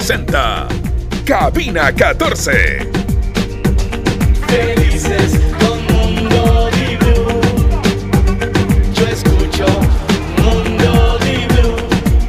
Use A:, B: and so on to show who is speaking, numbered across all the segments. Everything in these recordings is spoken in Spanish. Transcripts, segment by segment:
A: presenta Cabina 14.
B: Felices con Mundo Di-Blue. Yo escucho Mundo Di-Blue.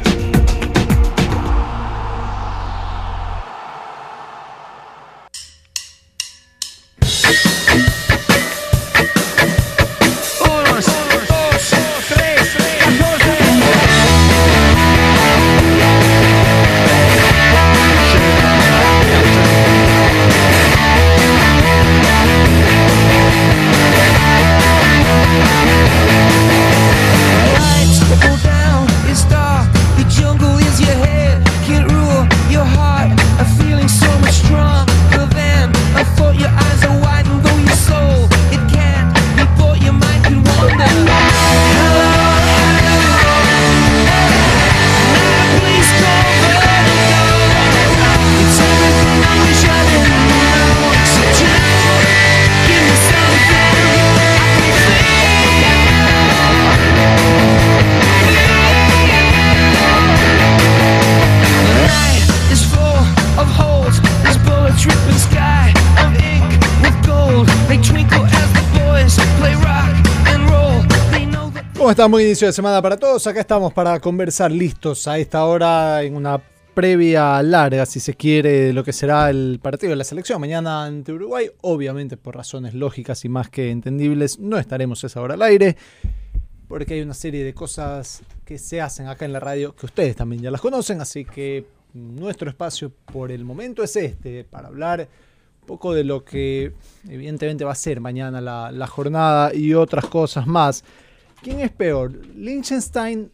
C: ¿Cómo están? Buen inicio de semana para todos. Acá estamos para conversar listos a esta hora en una previa larga, si se quiere, de lo que será el partido de la selección mañana ante Uruguay. Obviamente, por razones lógicas y más que entendibles, no estaremos a esa hora al aire, porque hay una serie de cosas que se hacen acá en la radio que ustedes también ya las conocen, así que nuestro espacio por el momento es este, para hablar un poco de lo que evidentemente va a ser mañana la jornada y otras cosas más. ¿Quién es peor? ¿Liechtenstein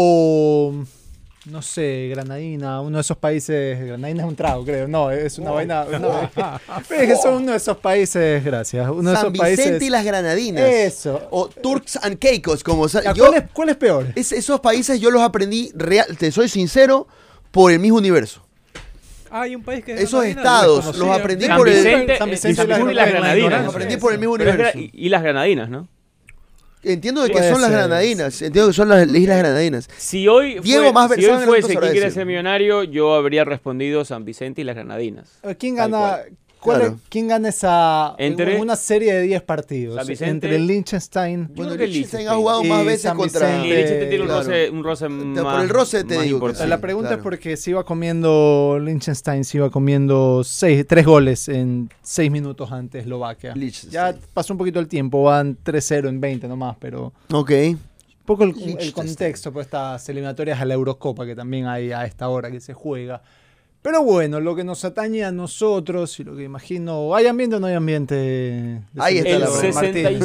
C: o, no sé, Granadina? Uno de esos países... Granadina es un trago, creo. No, es una vaina... No, es que son uno de esos países... Gracias. Uno de
D: San
C: esos
D: Vicente
C: países,
D: y las Granadinas.
C: Eso.
D: O Turks and Caicos, como...
C: ¿Cuál es peor?
D: Esos países yo los aprendí, te soy sincero, por el mismo universo.
E: Hay un país que...
D: Esos estados los aprendí
E: San
D: por
E: Vicente,
D: el...
C: San Vicente
E: y las Granadinas.
D: Los aprendí por el mismo
E: Pero
D: universo.
E: y las Granadinas, ¿no?
D: Entiendo de que
C: Puede
D: son las
C: ser.
D: Granadinas. Entiendo que son las Islas Granadinas.
E: Si hoy
D: Diego más
E: si
D: versado
E: hoy
D: en el
E: fuese
D: asunto
E: ¿quién quiere
D: sabrá
E: ser millonario? Yo habría respondido San Vicente y las Granadinas.
C: ¿Quién
E: Tal
C: gana?
E: cual.
D: Claro.
C: ¿Quién gana esa
E: Entre-
C: una serie de 10 partidos?
E: San Vicente-
C: Entre el Liechtenstein...
E: Yo
D: Bueno,
E: creo que
D: Liechtenstein
E: Liechtenstein.
D: ha jugado
C: Y
D: más veces
C: San
D: contra...
C: Vicente-
E: Y Liechtenstein tiene
D: Claro.
E: un roce
D: Por
E: más,
D: el roce te
E: más
D: digo que
E: importante.
D: sí.
C: La pregunta
D: claro.
C: es porque se iba comiendo Liechtenstein, se iba comiendo 3 goles en 6 minutos ante Eslovaquia.
D: Liechtenstein.
C: Ya pasó un poquito el tiempo, van 3-0 en 20 nomás, pero
D: Ok.
C: un poco el
D: Liechtenstein.
C: contexto por estas eliminatorias a la Eurocopa que también hay a esta hora que se juega. Pero bueno, lo que nos atañe a nosotros y lo que imagino, ¿hay ambiente o no hay ambiente? de
D: Ahí está
E: El
D: la pregunta.
C: Martín?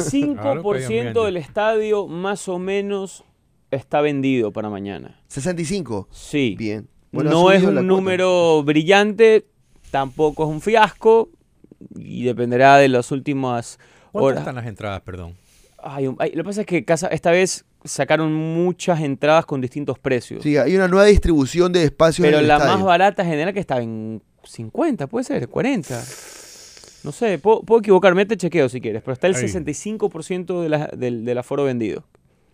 E: 65% del estadio más o menos está vendido para mañana.
D: 65.
E: Sí.
D: Bien. Bueno, ha
E: No es
D: subido la
E: un
D: cuota.
E: número brillante, tampoco es un fiasco y dependerá de las últimas
F: ¿Cuántas
E: horas.
F: están las entradas, perdón?
E: Lo que pasa es que esta vez sacaron muchas entradas con distintos precios.
D: Sí, hay una nueva distribución de espacios
E: Pero
D: en el
E: la
D: estadio.
E: más barata general que estaba en 50, puede ser, 40. No sé, puedo equivocarme, te chequeo si quieres, pero está el
F: Ahí.
E: 65% del aforo vendido.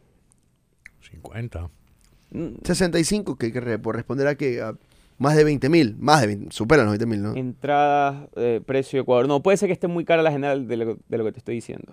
F: 50.
D: 65, que por responder a que a más de 20.000, más de 20, supera los 20.000, ¿no?
E: Entradas, precio Ecuador. No, puede ser que esté muy cara la general de lo que te estoy diciendo.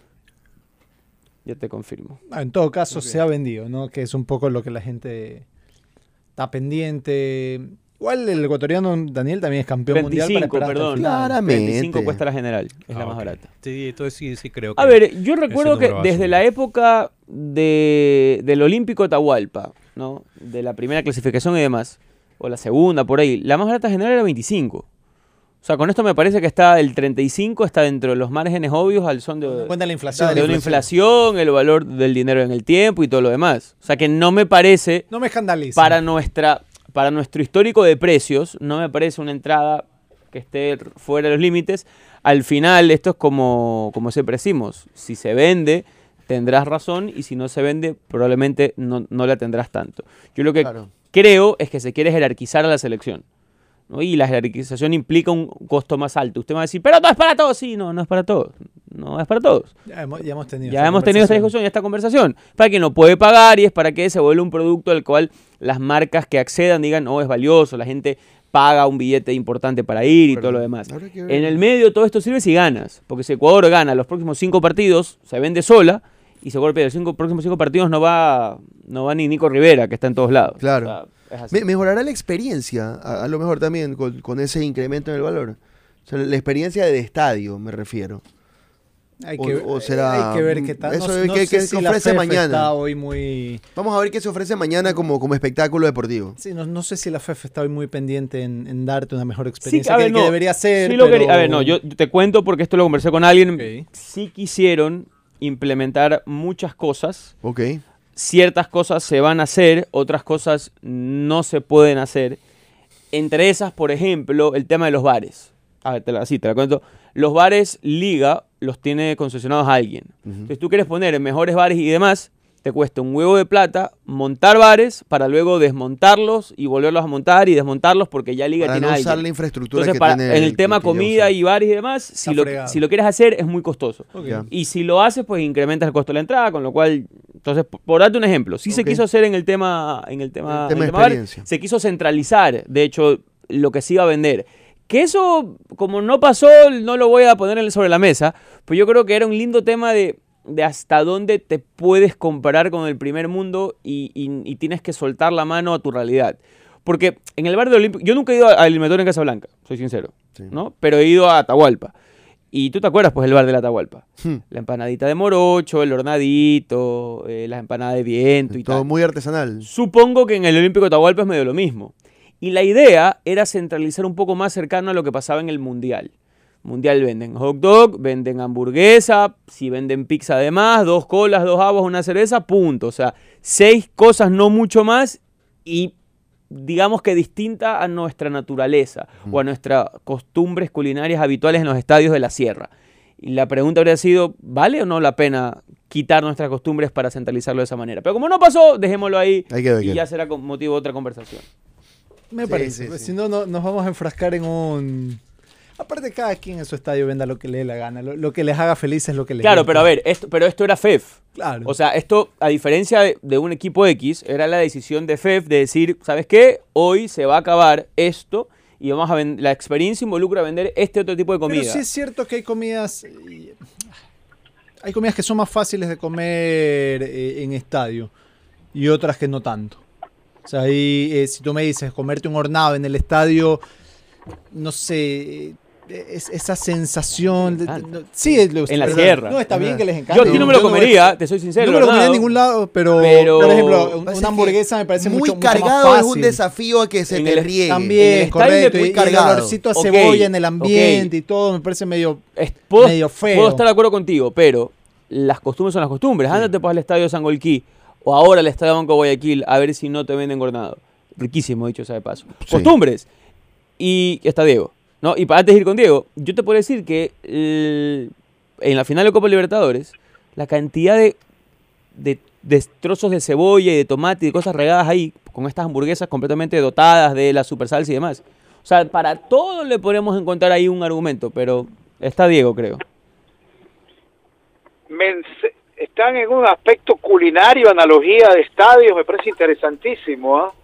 E: Ya te confirmo.
C: En todo caso, se ha vendido, ¿no? Que es un poco lo que la gente está pendiente. Igual el ecuatoriano Daniel también es campeón mundial para
E: 25,
C: esperar hasta el
E: perdón.
C: final.
D: Claramente.
E: 25 cuesta la general, es la más
F: ok.
E: barata.
F: Sí, entonces sí creo que...
E: A ver, yo recuerdo que
F: número va a
E: desde
F: subir.
E: la época del Olímpico Atahualpa, ¿no? De la primera clasificación y demás, o la segunda, por ahí, la más barata general era 25. O sea, con esto me parece que está el 35, está dentro de los márgenes obvios al son de
C: Cuenta la inflación.
E: una inflación, el valor del dinero en el tiempo y todo lo demás. O sea, que no me parece,
C: No me escandaliza.
E: para nuestro histórico de precios, no me parece una entrada que esté fuera de los límites. Al final, esto es como siempre decimos, si se vende, tendrás razón, y si no se vende, probablemente no la tendrás tanto. Yo lo que
D: Claro.
E: creo es que se quiere jerarquizar a la selección, ¿no? Y la jerarquización implica un costo más alto. Usted me va a decir, pero no es para todos. Sí, no es para todos. No es para todos.
C: Ya hemos tenido
E: Ya hemos tenido esta discusión y esta conversación. Para quien no puede pagar, y es para que se vuelva un producto al cual las marcas que accedan digan, oh, es valioso, la gente paga un billete importante para ir y todo lo demás.
D: Habrá que ver.
E: En el medio todo esto sirve si ganas, porque si Ecuador gana los próximos 5 partidos, se vende sola, y si Ecuador pierde los próximos 5 partidos no va ni Nico Rivera, que está en todos lados.
D: Claro.
E: O sea, es así.
D: Mejorará la experiencia, a lo mejor también, con ese incremento en el valor. O sea, la experiencia de estadio, me refiero.
C: Hay
D: o será-
C: hay que ver qué tal.
D: eso
C: No
D: que
C: sé si la
D: ofrece
C: FEF
D: mañana.
C: está hoy muy...
D: Vamos a ver qué se ofrece mañana como espectáculo deportivo.
C: Sí, no sé si la FEF está hoy muy pendiente en darte una mejor
E: Sí,
C: experiencia
E: a ver,
C: que
E: no,
C: debería ser.
E: sí lo
C: pero...
E: quería- a ver, no, yo te cuento porque esto lo conversé con alguien.
C: Ok.
E: Sí quisieron implementar muchas cosas.
D: Ok.
E: Ciertas cosas se van a hacer, otras cosas no se pueden hacer. Entre esas, por ejemplo, el tema de los bares. A ver, te la cuento. Los bares Liga los tiene concesionados a alguien. Entonces tú quieres poner en mejores bares y demás, te cuesta un huevo de plata montar bares para luego desmontarlos y volverlos a montar y desmontarlos porque ya Liga
D: Para
E: tiene
D: no
E: a alguien.
D: usar la infraestructura
E: Entonces,
D: que tiene
E: en el tema
D: que ya
E: comida
D: usa.
E: y bares y demás, si
C: Está fregado.
E: si lo quieres hacer es muy costoso.
C: Ok.
D: Ya.
E: Y si lo haces, pues incrementas el costo de la entrada, con lo cual, entonces, por darte un ejemplo, sí se
D: Ok.
E: quiso hacer en el tema
D: tema
E: bar,
D: experiencia.
E: se quiso centralizar, de hecho, lo que se iba a vender. Que eso, como no pasó, no lo voy a poner sobre la mesa, pues yo creo que era un lindo tema de hasta dónde te puedes comparar con el primer mundo y tienes que soltar la mano a tu realidad. Porque en el bar de Olímpico, yo nunca he ido al eliminatorio en Casablanca, soy sincero,
D: Sí.
E: ¿no? Pero he ido a Atahualpa. Y tú te acuerdas, pues, el bar de la Atahualpa.
D: Hmm.
E: La empanadita de morocho, el hornadito, las empanadas de viento y
D: Todo
E: tal.
D: muy artesanal.
E: Supongo que en el Olímpico de Atahualpa es medio lo mismo. Y la idea era centralizar un poco más cercano a lo que pasaba en el Mundial. Mundial venden hot dog, venden hamburguesa, si venden pizza además, 2 colas, 2 aguas, una cerveza, punto. O sea, 6 cosas, no mucho más, y digamos que distinta a nuestra naturaleza o a nuestras costumbres culinarias habituales en los estadios de la sierra. Y la pregunta habría sido, ¿vale o no la pena quitar nuestras costumbres para centralizarlo de esa manera? Pero como no pasó, dejémoslo ahí
D: Ahí quedó, ahí
E: y
D: quedó.
E: ya será motivo de otra conversación.
C: Me
D: Sí,
C: parece.
D: sí,
C: Pues,
D: sí.
C: si no, nos vamos a enfrascar en un... Aparte, cada quien en su estadio venda lo que le dé la gana. Lo que les haga feliz es lo que les
E: Claro,
C: gusta.
E: pero a ver, esto era FEF.
C: Claro.
E: O sea, esto, a diferencia de un equipo X, era la decisión de FEF de decir, ¿sabes qué? Hoy se va a acabar esto y vamos a la experiencia involucra vender este otro tipo de comida.
C: Pero sí es cierto que hay comidas... Hay comidas que son más fáciles de comer en estadio y otras que no tanto. O sea, ahí, si tú me dices comerte un hornado en el estadio, no sé, esa sensación... sí,
E: En la
C: ¿verdad?
E: sierra.
C: No, está bien
D: Ajá.
C: que les encante.
E: Yo aquí no me lo comería, te soy sincero.
C: No me lo comería en
E: hornado.
C: ningún lado, pero por ejemplo,
D: Pasa
C: una hamburguesa me parece
D: muy
C: mucho más
D: cargado, es un
C: fácil.
D: desafío a que se
E: En
D: te
E: el-
D: riegue.
E: en
C: También,
E: el
C: correcto.
E: estadio
D: muy
C: Y el
D: cargado.
C: olorcito a
E: Ok,
C: cebolla en el ambiente
E: ok.
C: y todo me parece medio...
E: Puedo,
C: medio feo.
E: puedo estar de acuerdo contigo, pero las costumbres son las costumbres. Ándate pues al estadio de Sangolquí o ahora al estadio Banco Guayaquil a ver si no te venden hornado. Riquísimo, dicho sea de paso.
D: Sí.
E: Costumbres. Y está Diego, ¿no? Y para antes de ir con Diego, yo te puedo decir que en la final de Copa Libertadores, la cantidad de trozos de cebolla y de tomate y de cosas regadas ahí, con estas hamburguesas completamente dotadas de la super salsa y demás. O sea, para todo le podemos encontrar ahí un argumento, pero está Diego, creo.
G: Están en un aspecto culinario, analogía de estadios, me parece interesantísimo. ¿Ah?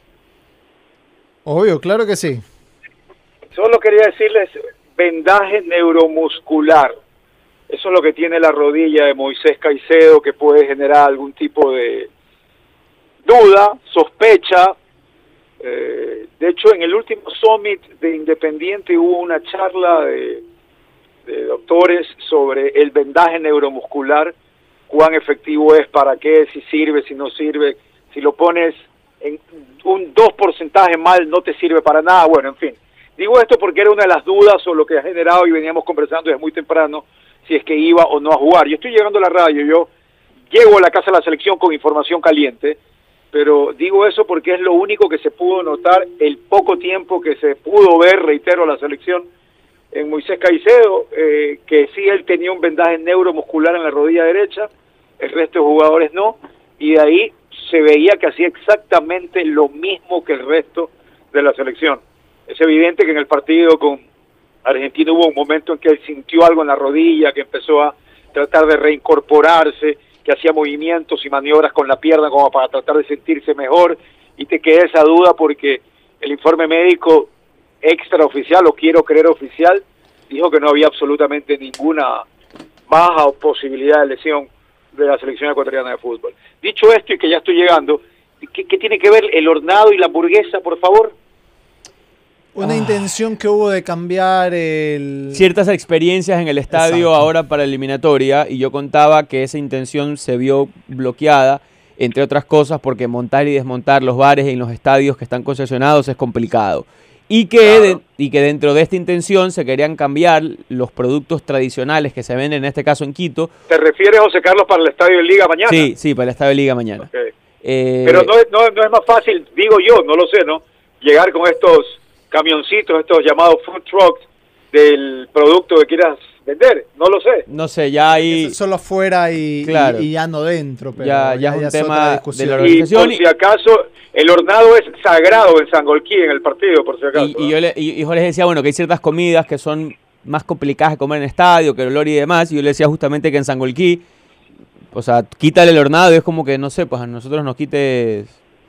C: Obvio, claro que sí.
G: Solo quería decirles vendaje neuromuscular. Eso es lo que tiene la rodilla de Moisés Caicedo, que puede generar algún tipo de duda, sospecha. De hecho, en el último Summit de Independiente hubo una charla de doctores sobre el vendaje neuromuscular, cuán efectivo es, para qué, si sirve, si no sirve, si lo pones en un 2% mal no te sirve para nada, bueno, en fin. Digo esto porque era una de las dudas o lo que ha generado y veníamos conversando desde muy temprano si es que iba o no a jugar. Yo estoy llegando a la radio, yo llego a la casa de la selección con información caliente, pero digo eso porque es lo único que se pudo notar el poco tiempo que se pudo ver, reitero, la selección en Moisés Caicedo, que sí él tenía un vendaje neuromuscular en la rodilla derecha, el resto de jugadores no, y de ahí se veía que hacía exactamente lo mismo que el resto de la selección. Es evidente que en el partido con Argentina hubo un momento en que él sintió algo en la rodilla, que empezó a tratar de reincorporarse, que hacía movimientos y maniobras con la pierna como para tratar de sentirse mejor, y te queda esa duda porque el informe médico extraoficial, o quiero creer oficial, dijo que no había absolutamente ninguna baja o posibilidad de lesión de la selección ecuatoriana de fútbol. Dicho esto, y que ya estoy llegando, ¿qué tiene que ver el hornado y la hamburguesa, por favor?
C: Una intención que hubo de cambiar
E: ciertas experiencias en el estadio.
C: Exacto.
E: Ahora para eliminatoria, y yo contaba que esa intención se vio bloqueada, entre otras cosas porque montar y desmontar los bares en los estadios que están concesionados es complicado. Y que, que dentro de esta intención se querían cambiar los productos tradicionales que se venden, en este caso en Quito.
G: ¿Te refieres, José Carlos, para el estadio de Liga mañana?
E: Sí, para el estadio de Liga mañana.
G: Okay. Pero no es más fácil, digo yo, no lo sé, ¿no? Llegar con estos camioncitos, estos llamados food trucks del producto que quieras vender, no lo sé.
E: No sé, ya ahí...
C: Eso solo afuera y,
E: claro,
C: y ya no dentro, pero
E: ya es un tema de la
G: Y
E: organización.
G: por si acaso, el hornado es sagrado en Sangolquí, en el partido, por si acaso.
E: Y yo les decía, bueno, que hay ciertas comidas que son más complicadas de comer en estadio, que el olor y demás, y yo le decía justamente que en Sangolquí, o sea, quítale el hornado, y es como que, no sé, pues a nosotros nos quites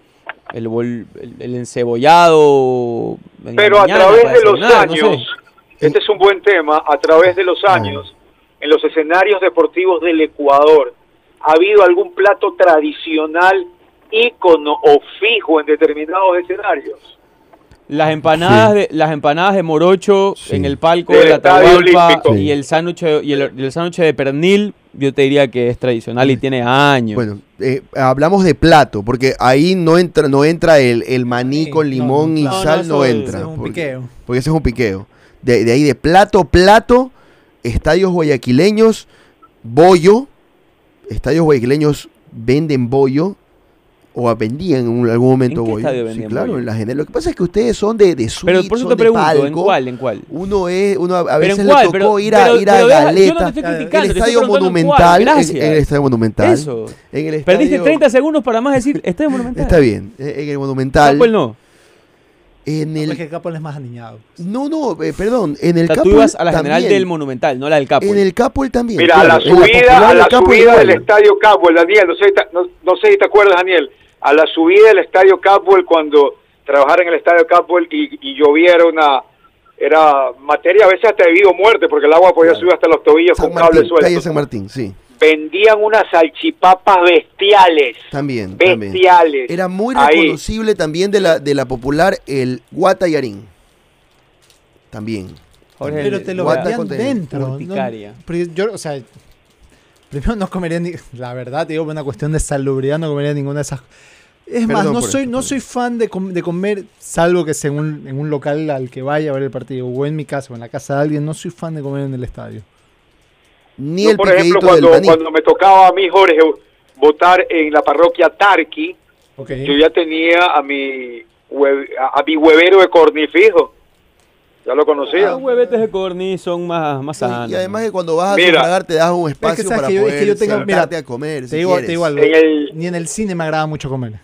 E: el encebollado.
G: Pero a través de los
E: desayunar,
G: años,
E: no sé.
G: este es un buen tema, a través de los años, en los escenarios deportivos del Ecuador, ¿ha habido algún plato tradicional, ícono o fijo en determinados escenarios?
E: Las empanadas de morocho en el palco
G: Del
E: de la
G: Estadio
E: Atahualpa
G: Olímpico.
E: y el sándwich de pernil, yo te diría que es tradicional y tiene años.
D: Bueno, hablamos de plato, porque ahí no entra el maní
C: Sí,
D: con limón y
E: no,
D: sal,
E: eso
D: no
E: es
D: entra.
C: un
D: porque,
C: piqueo.
D: porque ese es un piqueo. De ahí de plato, estadios guayaquileños, bollo. Estadios guayaquileños venden bollo, o vendían en algún momento
E: ¿En qué
D: bollo.
E: estadio
D: Sí,
E: vendían
D: claro,
E: bollo?
D: en la general. Lo que pasa es que ustedes son de suite,
E: Pero por eso
D: son
E: te
D: de
E: pregunto,
D: palco.
E: ¿en cuál?
D: Uno a
E: ¿Pero
D: veces
E: en
D: le
E: cuál?
D: tocó ir
E: pero
D: a
E: yo no
D: Galeta.
E: te estoy criticando,
D: El
E: te estoy
D: estadio
E: preguntando en
D: monumental.
E: cuál. Gracias.
D: En el estadio monumental.
E: Eso.
D: En el
E: Perdiste
D: estadio-
E: 30 segundos para más decir estadio monumental.
D: Está bien, en el monumental.
E: Capel no.
D: En
C: Es
D: el
C: que Capol es más aniñado.
D: No, perdón, en el
E: O sea, tú
D: Capol
E: ibas a la general
D: también.
E: del monumental, no la del Capel.
D: En el Capol también.
G: Mira,
D: claro,
G: a la
D: en popular Capol
G: subida del
D: igual.
G: Estadio Capwell, Daniel, no sé si te acuerdas, Daniel, a la subida del Estadio Capwell, cuando trabajara en el Estadio Capwell y lloviera era materia a veces hasta de vida o muerte, porque el agua podía
D: Claro.
G: subir hasta los tobillos
D: San
G: con cables
D: Martín, calle
G: sueltos.
D: San Martín, sí.
G: Vendían unas salchipapas bestiales.
D: También.
G: Bestiales.
D: Era muy
G: Ahí.
D: reconocible también de la popular el Guatayarín. También.
E: Jorge,
C: Pero te lo
D: Guata
C: vendían
D: con
C: dentro. ¿no?
E: urticaria.
C: Porque yo, o sea, primero no comería ni, la verdad, te digo, por una cuestión de salubridad, no comería ninguna de esas. Es más,
D: Perdón
C: no
D: por
C: soy,
D: esto,
C: no
D: perdón.
C: soy fan de comer, salvo que sea en un local al que vaya a ver el partido, o en mi casa, o en la casa de alguien, no soy fan de comer en el estadio.
D: Ni
G: Yo,
D: el
G: por ejemplo,
D: piquedito del maní.
G: cuando me tocaba a mí, Jorge, votar en la parroquia Tarqui,
C: Ok.
G: yo ya tenía a mi huevero de cornifijo. Ya lo conocía.
E: Los huevetes de corní son más sanos.
D: Y además que cuando vas a
G: Mira.
D: sufragar te das un espacio
C: sabes
D: para
C: que yo- es
D: poder
C: que yo tengo- mira,
D: sentarte a comer.
C: Te
D: si
C: digo,
D: quieres.
C: te digo algo,
G: En el-
C: ni en el cine me agrada mucho comer.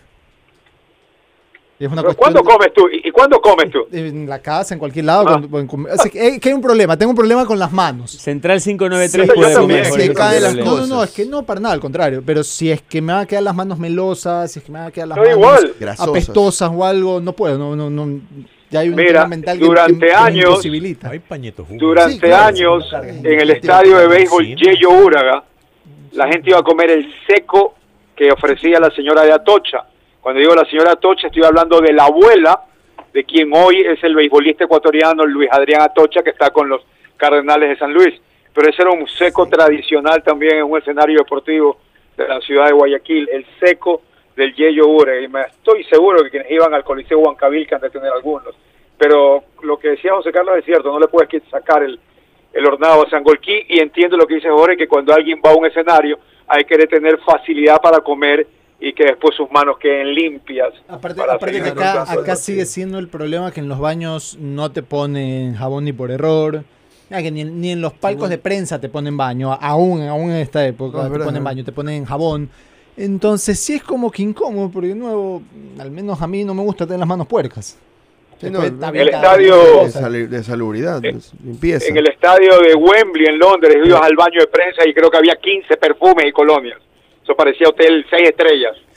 C: Es una
G: ¿Pero
C: cuestión
G: ¿Cuándo comes tú? ¿Y cuándo comes tú?
C: en la casa, en cualquier lado.
G: Ah.
C: O sea, que hay un problema, tengo un problema con las manos.
E: Central 593
G: Sí,
E: puede
G: yo
E: comer.
G: también.
E: Jorge,
D: Se
E: sin
D: caen las
E: problema.
D: cosas.
C: No, es que no, para nada, al contrario. Pero si es que me van a quedar las manos melosas, si es que me van a quedar las
G: No,
C: manos
G: igual.
D: Grasosas.
C: apestosas o algo, no puedo, no. Ya hay un
G: Mira,
C: tema mental
G: durante
C: que me
G: años-
C: imposibilita.
F: Hay pañitos húmedos.
G: Durante
D: Sí, claro,
G: años,
D: sí, claro.
G: en el estadio de béisbol
F: Sí.
G: Yello Úraga, la gente iba a comer el seco que ofrecía la señora de Atocha. Cuando digo la señora Atocha, estoy hablando de la abuela de quien hoy es el beisbolista ecuatoriano Luis Adrián Atocha, que está con los Cardenales de San Luis. Pero ese era un seco tradicional también en un escenario deportivo de la ciudad de Guayaquil, el seco del Yello Úraga. Y me estoy seguro que quienes iban al Coliseo Huancavil que han de tener algunos. Pero lo que decía José Carlos es cierto, no le puedes sacar el hornado a Sangolquí, y entiendo lo que dice Jorge, que cuando alguien va a un escenario hay que tener facilidad para comer y que después sus manos queden limpias.
C: Aparte
G: para
C: que
G: seguir
C: acá
G: disfrutando.
C: sigue siendo el problema que en los baños no te ponen jabón ni por error. Ya que ni en los palcos de prensa te ponen baño, aún en esta época
D: No, es
C: te
D: verdad,
C: ponen
D: es
C: baño, te ponen jabón. Entonces sí es como que incómodo, porque de nuevo, al menos a mí no me gusta tener las manos puercas.
D: Sí, no,
C: Después,
D: el
C: está bien,
G: el
C: cada
G: estadio-
C: cosa.
D: de salubridad, limpieza.
G: En el estadio de Wembley, en Londres, ibas al baño de prensa y creo que había 15 perfumes y colonias. Eso parecía hotel 6 estrellas.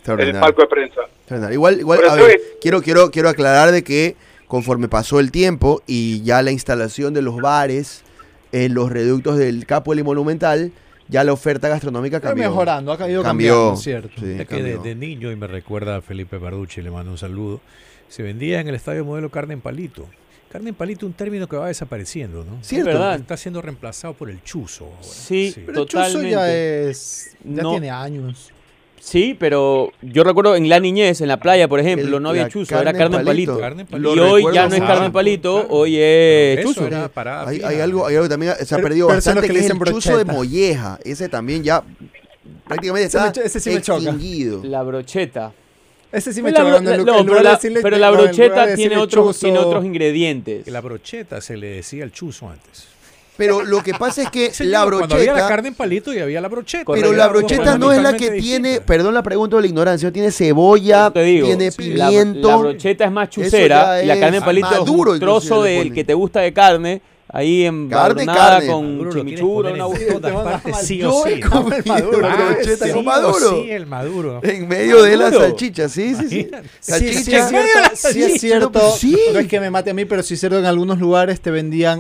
G: el palco de prensa.
D: Igual
G: Pero
D: a
G: eso
D: ver,
G: es-
D: quiero aclarar de que conforme pasó el tiempo y ya la instalación de los bares en los reductos del Capuel y Monumental, ya la oferta gastronómica
C: Está
D: cambió.
C: mejorando, ha ido
D: Cambió,
C: cambiando, ¿cierto?
D: sí.
F: Es que de niño, y me recuerda a Felipe Barducci, le mando un saludo, se vendía en el Estadio Modelo carne en palito. Carne en palito, un término que va desapareciendo, ¿no?
D: Cierto.
E: ¿Verdad?
F: Está siendo reemplazado por el chuzo ahora.
E: Sí,
C: Pero el chuzo
E: totalmente.
C: ya
E: No.
C: tiene años.
E: Sí, pero yo recuerdo en la niñez, en la playa, por ejemplo, no había
D: la
E: chuzo, era carne en palito.
F: Carne en
E: Y
F: palito.
D: Lo
E: hoy
D: recuerdo
E: ya no es
D: mucho.
E: carne en palito,
F: Claro.
E: hoy es
F: Eso
E: chuzo.
F: era parada
D: Hay
F: fija.
D: algo que también se ha
C: Pero-
D: perdido
C: pero eso es lo
D: bastante,
C: que
D: que
C: le
D: es el
C: dicen
D: chuzo de
C: brocheta.
D: molleja. Ese también ya prácticamente
C: Ese
D: está
C: ese sí me choca.
D: extinguido.
E: La brocheta.
C: Ese sí me
E: Pues la
C: choca.
E: bro-
C: cuando en
E: no,
C: lugar
E: pero
C: de
E: la,
C: decirle-
E: pero la
C: no, en lugar de
E: brocheta
C: decirle
E: tiene
C: chuzo-
E: otros ingredientes.
F: Que la brocheta se le decía el chuzo antes.
D: Pero lo que pasa es que
F: Señor,
D: la
F: cuando había la
D: brocheta,
F: carne en palito y había la brocheta.
D: pero
E: Correcto.
D: la
F: Eran dos
D: brocheta
F: cosas
D: no es la que
F: totalmente
D: tiene,
F: distintas.
D: perdón la pregunta de la ignorancia, tiene cebolla,
E: Te digo,
D: tiene
E: la
D: pimiento.
E: brocheta es más
D: Eso
E: chucera
D: ya
E: y la
D: es
E: carne en palito es
D: maduro,
E: un trozo
D: inclusive le
E: del
D: ponen.
E: que te gusta de carne, ahí embadurnada
D: carne.
E: con
F: Maduro lo quieres
E: chimichurri,
F: poner
E: una
F: en
C: te
F: todas
C: van a
F: partes,
C: mal-
F: sí
C: yo
F: o
C: he
F: sí.
C: comido el maduro,
F: Ah,
D: brocheta
F: sí
D: con
F: o
D: maduro.
F: sí, el maduro.
D: En medio de la
E: Maduro.
D: salchicha, sí.
C: Sí,
D: Salchicha.
C: sí es cierto, sí es cierto.
D: pero sí.
C: No es que me mate a mí, pero sí es cierto que en algunos lugares te vendían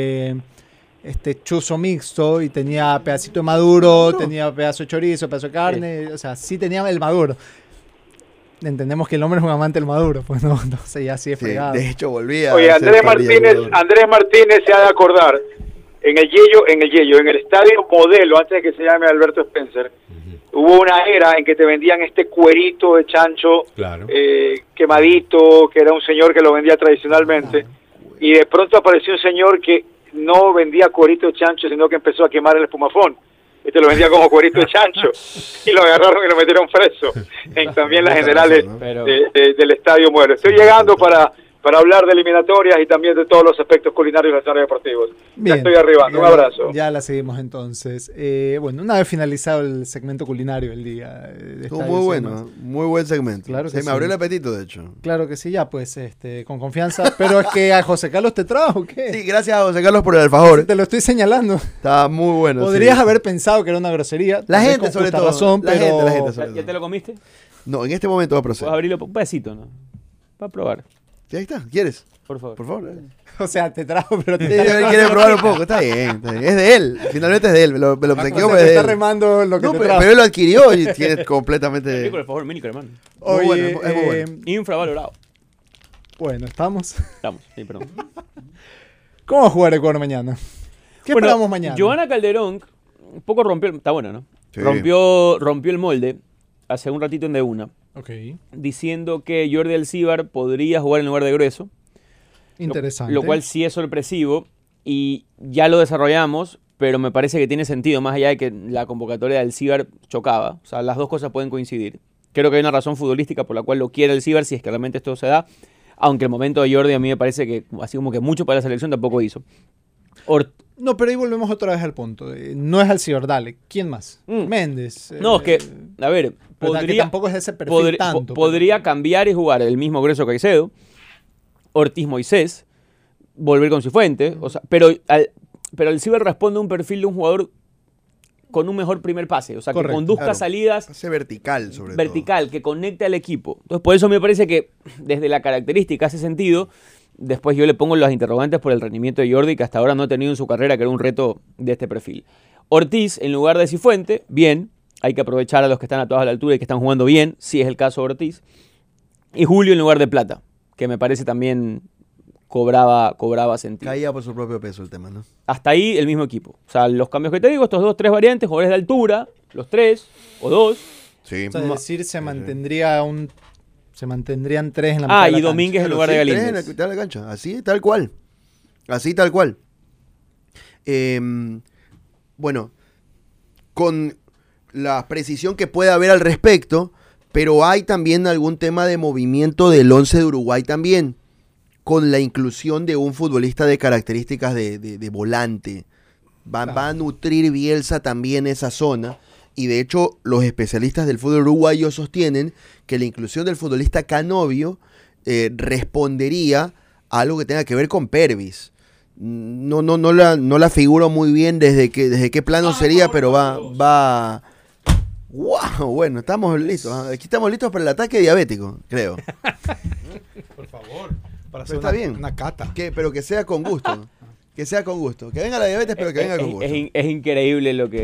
C: chuzo mixto y tenía pedacito de maduro, tenía pedazo de chorizo, pedazo de carne, o sea, sí tenía el maduro. Entendemos que el hombre es un amante del maduro, pues no sé, ya sí es
D: Sí,
C: fregado.
D: de hecho volvía.
G: Oye,
D: a ser
G: Andrés
D: parrilla
G: Martínez,
D: con maduro.
G: Andrés Martínez se ha de acordar en el estadio Modelo, antes de que se llame Alberto Spencer, hubo una era en que te vendían este cuerito de chancho
F: Claro.
G: quemadito, que era un señor que lo vendía tradicionalmente, y de pronto apareció un señor que no vendía cuerito de chancho, sino que empezó a quemar el espumafón. Este lo vendía como cuerito de chancho y lo agarraron y lo metieron preso en también las generales
E: Pero-
G: del Estadio Modelo. Estoy llegando para hablar de eliminatorias y también de todos los aspectos culinarios y escenarios deportivos.
C: Bien.
G: Ya estoy arribando. Un
C: Ya-
G: abrazo.
C: Ya la seguimos entonces. Bueno, una vez finalizado el segmento culinario del día. De
D: Estuvo
C: estadios
D: muy
C: y demás.
D: bueno, muy buen segmento.
C: Claro que
D: Se
C: sí.
D: me abrió el apetito, de hecho.
C: Claro que sí, ya pues con confianza. Pero es que a José Carlos te trajo, ¿o ¿qué?
D: Sí, gracias a José Carlos por el alfajor.
C: Te lo estoy señalando.
D: Estaba muy bueno.
C: Podrías
D: sí.
C: haber pensado que era una grosería.
D: La
C: tal vez
D: gente,
C: con
D: sobre
C: justa
D: todo.
C: razón,
D: La
C: pero...
D: gente,
E: ¿Ya,
D: sobre
E: ya
D: todo.
E: te lo comiste?
D: No, en este momento va a
E: Puedes
D: proceder.
E: abrirlo un pedacito, ¿no? Para probar,
D: Sí, ahí está, ¿quieres?
E: por favor.
D: Por favor.
C: O sea, te trajo, pero te,
D: Sí, quiere probar un poco, está bien, está bien. Es de él, finalmente es de él. Me lo
C: o
D: obsequió,
C: sea,
D: pero
C: te
D: es de
C: está
D: él.
C: remando lo que
D: No,
C: te
D: pero,
C: trajo.
D: pero él lo adquirió y tiene completamente.
E: Sí, por favor, mini hermano.
C: Oye,
D: muy bueno, es muy bueno.
E: Infravalorado.
C: bueno, estamos.
E: Estamos, sí, perdón.
C: ¿Cómo va a jugar Ecuador mañana? ¿Qué
E: Bueno,
C: esperamos mañana?
E: Joana Calderón un poco rompió, está bueno, ¿no?
D: Sí.
E: Rompió el molde hace un ratito en De Una,
C: Ok,
E: diciendo que Jordi Alcíbar podría jugar en lugar de Grueso,
C: interesante.
E: lo cual sí es sorpresivo y ya lo desarrollamos, pero me parece que tiene sentido, más allá de que la convocatoria de Alcíbar chocaba, o sea, las dos cosas pueden coincidir. Creo que hay una razón futbolística por la cual lo quiere Alcíbar, si es que realmente esto se da, aunque el momento de Jordi a mí me parece que, así como que mucho para la selección tampoco hizo.
C: No, pero ahí volvemos otra vez al punto. No es Alcibar, dale. ¿Quién más?
E: Mm.
C: Méndez.
E: No, es que, a ver,
C: pero que
E: podría...
C: tampoco es ese perfil tanto.
E: podría cambiar y jugar el mismo Grueso Caicedo, Ortiz Moisés, volver con Cifuentes, o sea, pero el Ciber responde a un perfil de un jugador con un mejor primer pase, o sea,
C: Correcto,
E: que conduzca
D: claro.
E: salidas
D: Pase vertical, sobre
E: vertical, que conecte al equipo. Entonces, por eso me parece que desde la característica hace sentido. Después yo le pongo las interrogantes por el rendimiento de Jordi, que hasta ahora no ha tenido en su carrera, que era un reto de este perfil. Ortiz en lugar de Cifuentes, bien, hay que aprovechar a los que están a toda la altura y que están jugando bien, si es el caso de Ortiz. Y Julio en lugar de Plata, que me parece también cobraba
D: todo.
E: sentido.
D: Caía por su propio peso el tema, ¿no?
E: Hasta ahí el mismo equipo. O sea, los cambios que te digo, estos dos, tres variantes, jugadores de altura, los tres o dos.
D: Sí.
C: O sea, es decir, se mantendrían tres en la mitad
E: Ah,
C: de la
E: y
C: cancha.
E: Domínguez en
D: Pero
E: lugar
D: sí,
E: de
D: tres en la
E: Galíndez.
D: mitad de la cancha. Así, tal cual. Así, tal cual. Bueno, con la precisión que puede haber al respecto, pero hay también algún tema de movimiento del 11 de Uruguay también, con la inclusión de un futbolista de características de volante. Va a nutrir Bielsa también esa zona. Y de hecho, los especialistas del fútbol uruguayo sostienen que la inclusión del futbolista Canovio respondería a algo que tenga que ver con Pervis. No la figuro muy bien desde qué plano sería, pero va ¡Wow! Bueno, estamos listos. Aquí estamos listos para el ataque diabético, creo.
H: Por favor. Para
D: Pero
H: hacer
D: está bien.
H: una cata.
D: Pero que sea con gusto. Que sea con gusto. Que venga la diabetes, pero que venga con gusto.
E: Es increíble lo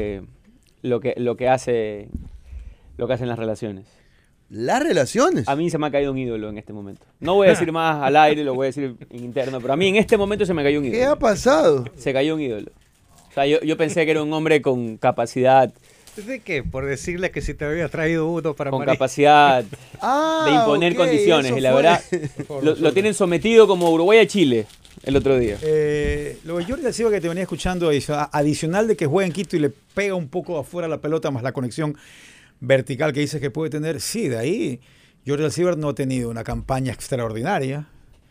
E: que hacen las relaciones.
D: Las relaciones.
E: A mí se me ha caído un ídolo en este momento. No voy a decir más al aire, lo voy a decir en interno, pero a mí en este momento se me cayó un ídolo.
D: ¿Qué ha pasado?
E: Se cayó un ídolo. O sea, yo pensé que era un hombre con capacidad,
F: ¿De qué? Por decirle que si te había traído uno para
E: con
F: María.
E: capacidad
D: Ah,
E: de imponer
D: ok,
E: condiciones.
D: eso
E: Y la
D: fue.
E: verdad, lo tienen sometido como Uruguay a Chile el otro día.
H: Lo de Jordi Silva que te venía escuchando, adicional de que juega en Quito y le pega un poco afuera la pelota, más la conexión vertical que dices que puede tener, sí, de ahí Jordi Silva no ha tenido una campaña extraordinaria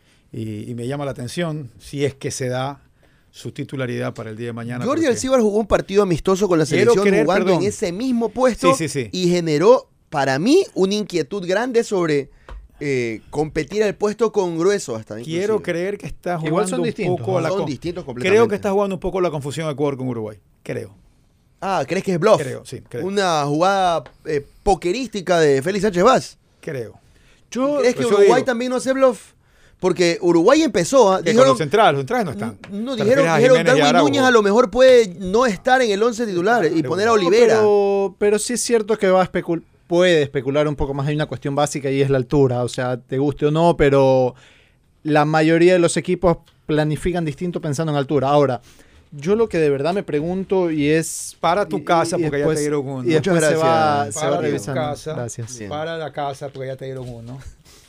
H: y me llama la atención si es que se da su titularidad para el día de mañana.
D: Jordi
H: porque-
D: Alcibar jugó un partido amistoso con la
H: Quiero
D: selección
H: creer,
D: jugando
H: perdón.
D: en ese mismo puesto
H: Sí.
D: y generó para mí una inquietud grande sobre competir al puesto con Grueso hasta inclusive.
H: Quiero creer que está
C: Igual
H: jugando
C: son
H: un
C: distintos,
H: poco
C: ¿no?
H: a la
D: Son
H: con-
D: distintos completamente.
H: Creo que está jugando un poco la confusión de Ecuador con Uruguay. Creo.
D: Ah, ¿crees que es bluff?
H: Creo, sí, creo.
D: Una jugada pokerística de Félix Sánchez Vaz.
H: Creo.
D: ¿Crees que
H: Por eso
D: Uruguay
H: digo.
D: también no hace bluff? Porque Uruguay empezó,
H: Que con
D: dijeron,
H: los centrales no están.
D: no,
H: Te
D: dijeron
H: refieres a
D: que
H: Jiménez y
D: Darwin
H: Araujo.
D: Núñez a lo mejor puede no estar en el 11 titular y poner a
C: No,
D: Olivera.
C: pero sí es cierto que puede especular un poco más. Hay una cuestión básica y es la altura. O sea, te guste o no, pero la mayoría de los equipos planifican distinto pensando en altura. Ahora, yo lo que de verdad me pregunto y es...
H: Para tu casa,
C: y
H: porque ya
C: después-
H: te dieron uno.
C: Y después
D: Muchas
C: se
D: gracias.
C: va
H: Para tu
C: revisando.
H: casa.
C: Gracias.
D: Bien.
H: Para la casa, porque ya te dieron uno.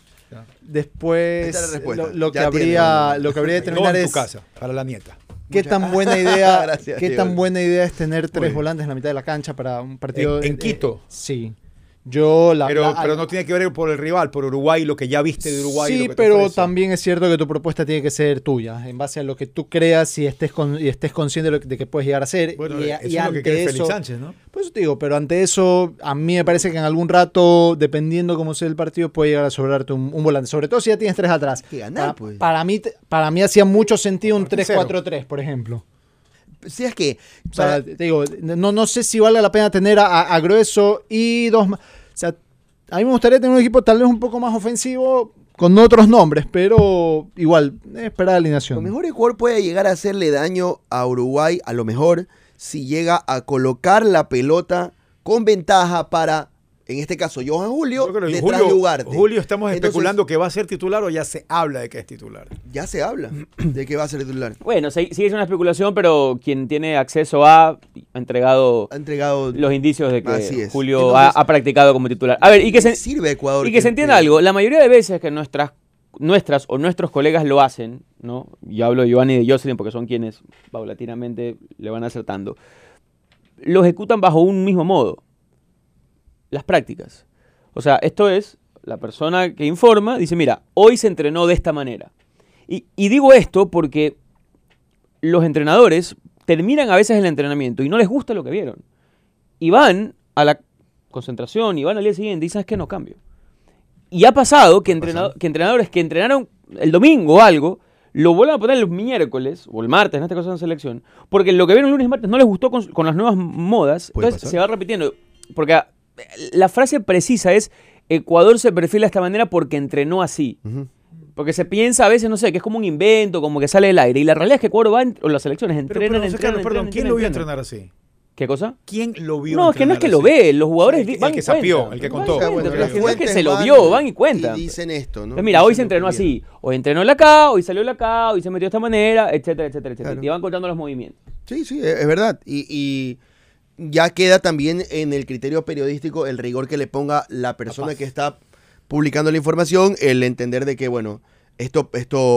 C: Después,
D: Esta es la respuesta.
C: lo que
D: Ya
C: habría
D: tiene.
C: lo que habría de
H: No
C: terminar
H: en tu
C: es...
H: casa, para la nieta.
C: ¿Qué tan buena idea,
D: Gracias,
C: qué
D: Diego.
C: tan buena idea es tener tres
H: bien.
C: volantes en la mitad de la cancha para un partido
H: En Quito.
C: sí. Yo
H: Pero no tiene que ver por el rival, por Uruguay, lo que ya viste de Uruguay. y
C: sí,
H: lo que te
C: pero
H: ofrece.
C: también es cierto que tu propuesta tiene que ser tuya, en base a lo que tú creas y estés consciente de que puedes llegar a hacer.
H: Bueno,
C: y,
H: eso
C: y
H: es lo que quiere
C: ante
H: Félix
C: eso,
H: Sánchez, ¿no?
C: pues eso te digo, pero ante eso, a mí me parece que en algún rato, dependiendo cómo sea el partido, puede llegar a sobrarte un volante. Sobre todo si ya tienes tres atrás.
D: Que ganar, pues.
C: Para mí hacía mucho sentido un
H: Tercero.
C: 3-4-3, por ejemplo.
D: Si es que...
C: O sea, te digo, no sé si valga la pena tener a Grueso y dos más. O sea, a mí me gustaría tener un equipo tal vez un poco más ofensivo con otros nombres, pero igual, esperar la
D: a lo
C: alineación.
D: mejor Ecuador puede llegar a hacerle daño a Uruguay, a lo mejor, si llega a colocar la pelota con ventaja para, en este caso, Johan Julio,
H: Yo creo que
D: detrás de Ugarte.
H: Julio estamos
D: Entonces,
H: especulando que va a ser titular o ya se habla de que es titular.
D: Ya se habla de que va a ser titular.
E: Bueno, sigue siendo una especulación, pero quien tiene acceso ha entregado
D: Ha entregado...
E: los indicios de
D: Así
E: que
D: es.
E: Julio
D: Entonces,
E: ha practicado como titular. A ver, y que se
D: sirve a Ecuador.
E: Y que se entienda algo, la mayoría de veces que nuestras o nuestros colegas lo hacen, ¿no? Yo hablo de Giovanni y de Jocelyn porque son quienes paulatinamente le van acertando, lo ejecutan bajo un mismo modo, las prácticas. O sea, esto es, la persona que informa dice, mira, hoy se entrenó de esta manera. Y digo esto porque los entrenadores terminan a veces el entrenamiento y no les gusta lo que vieron. Y van a la concentración y van al día siguiente y dicen, ¿sabes qué? No cambio. Y ha pasado que, que entrenadores que entrenaron el domingo o algo, lo vuelven a poner el miércoles o el martes, en este caso en selección, porque lo que vieron el lunes y martes no les gustó con las nuevas modas.
D: Puede
E: Entonces
D: pasar.
E: se va repitiendo. Porque la frase precisa es, Ecuador se perfila de esta manera porque entrenó así.
D: Ujú.
E: Porque se piensa a veces, no sé, que es como un invento, como que sale del aire. Y la realidad es que Ecuador va, o las selecciones entrenan,
H: Perdón, ¿quién lo vio entrenar así?
E: ¿Qué cosa?
H: ¿Quién lo vio
E: No, es que no es que
H: entrenar
E: lo
H: así?
E: ve, los jugadores
H: Sí, el
E: van
H: que
E: y
H: sapió,
E: cuentan.
H: el que
E: Van
H: contó.
E: y cuentan,
D: Bueno,
E: pero
D: las
E: es que no es que
D: fuentes
E: se lo
D: van
E: vio, van y cuentan.
D: Y dicen esto, ¿no?
E: Entonces, mira, hoy se
D: Dicen lo
E: entrenó
D: que vieron.
E: así, hoy entrenó la acá, hoy salió la acá, hoy se metió de esta manera, etcétera, etcétera, etcétera.
D: Claro.
E: Y van contando los movimientos.
D: Sí, sí, es verdad. Y ya queda también en el criterio periodístico el rigor que le ponga la persona que está publicando la información, el entender de que, bueno, esto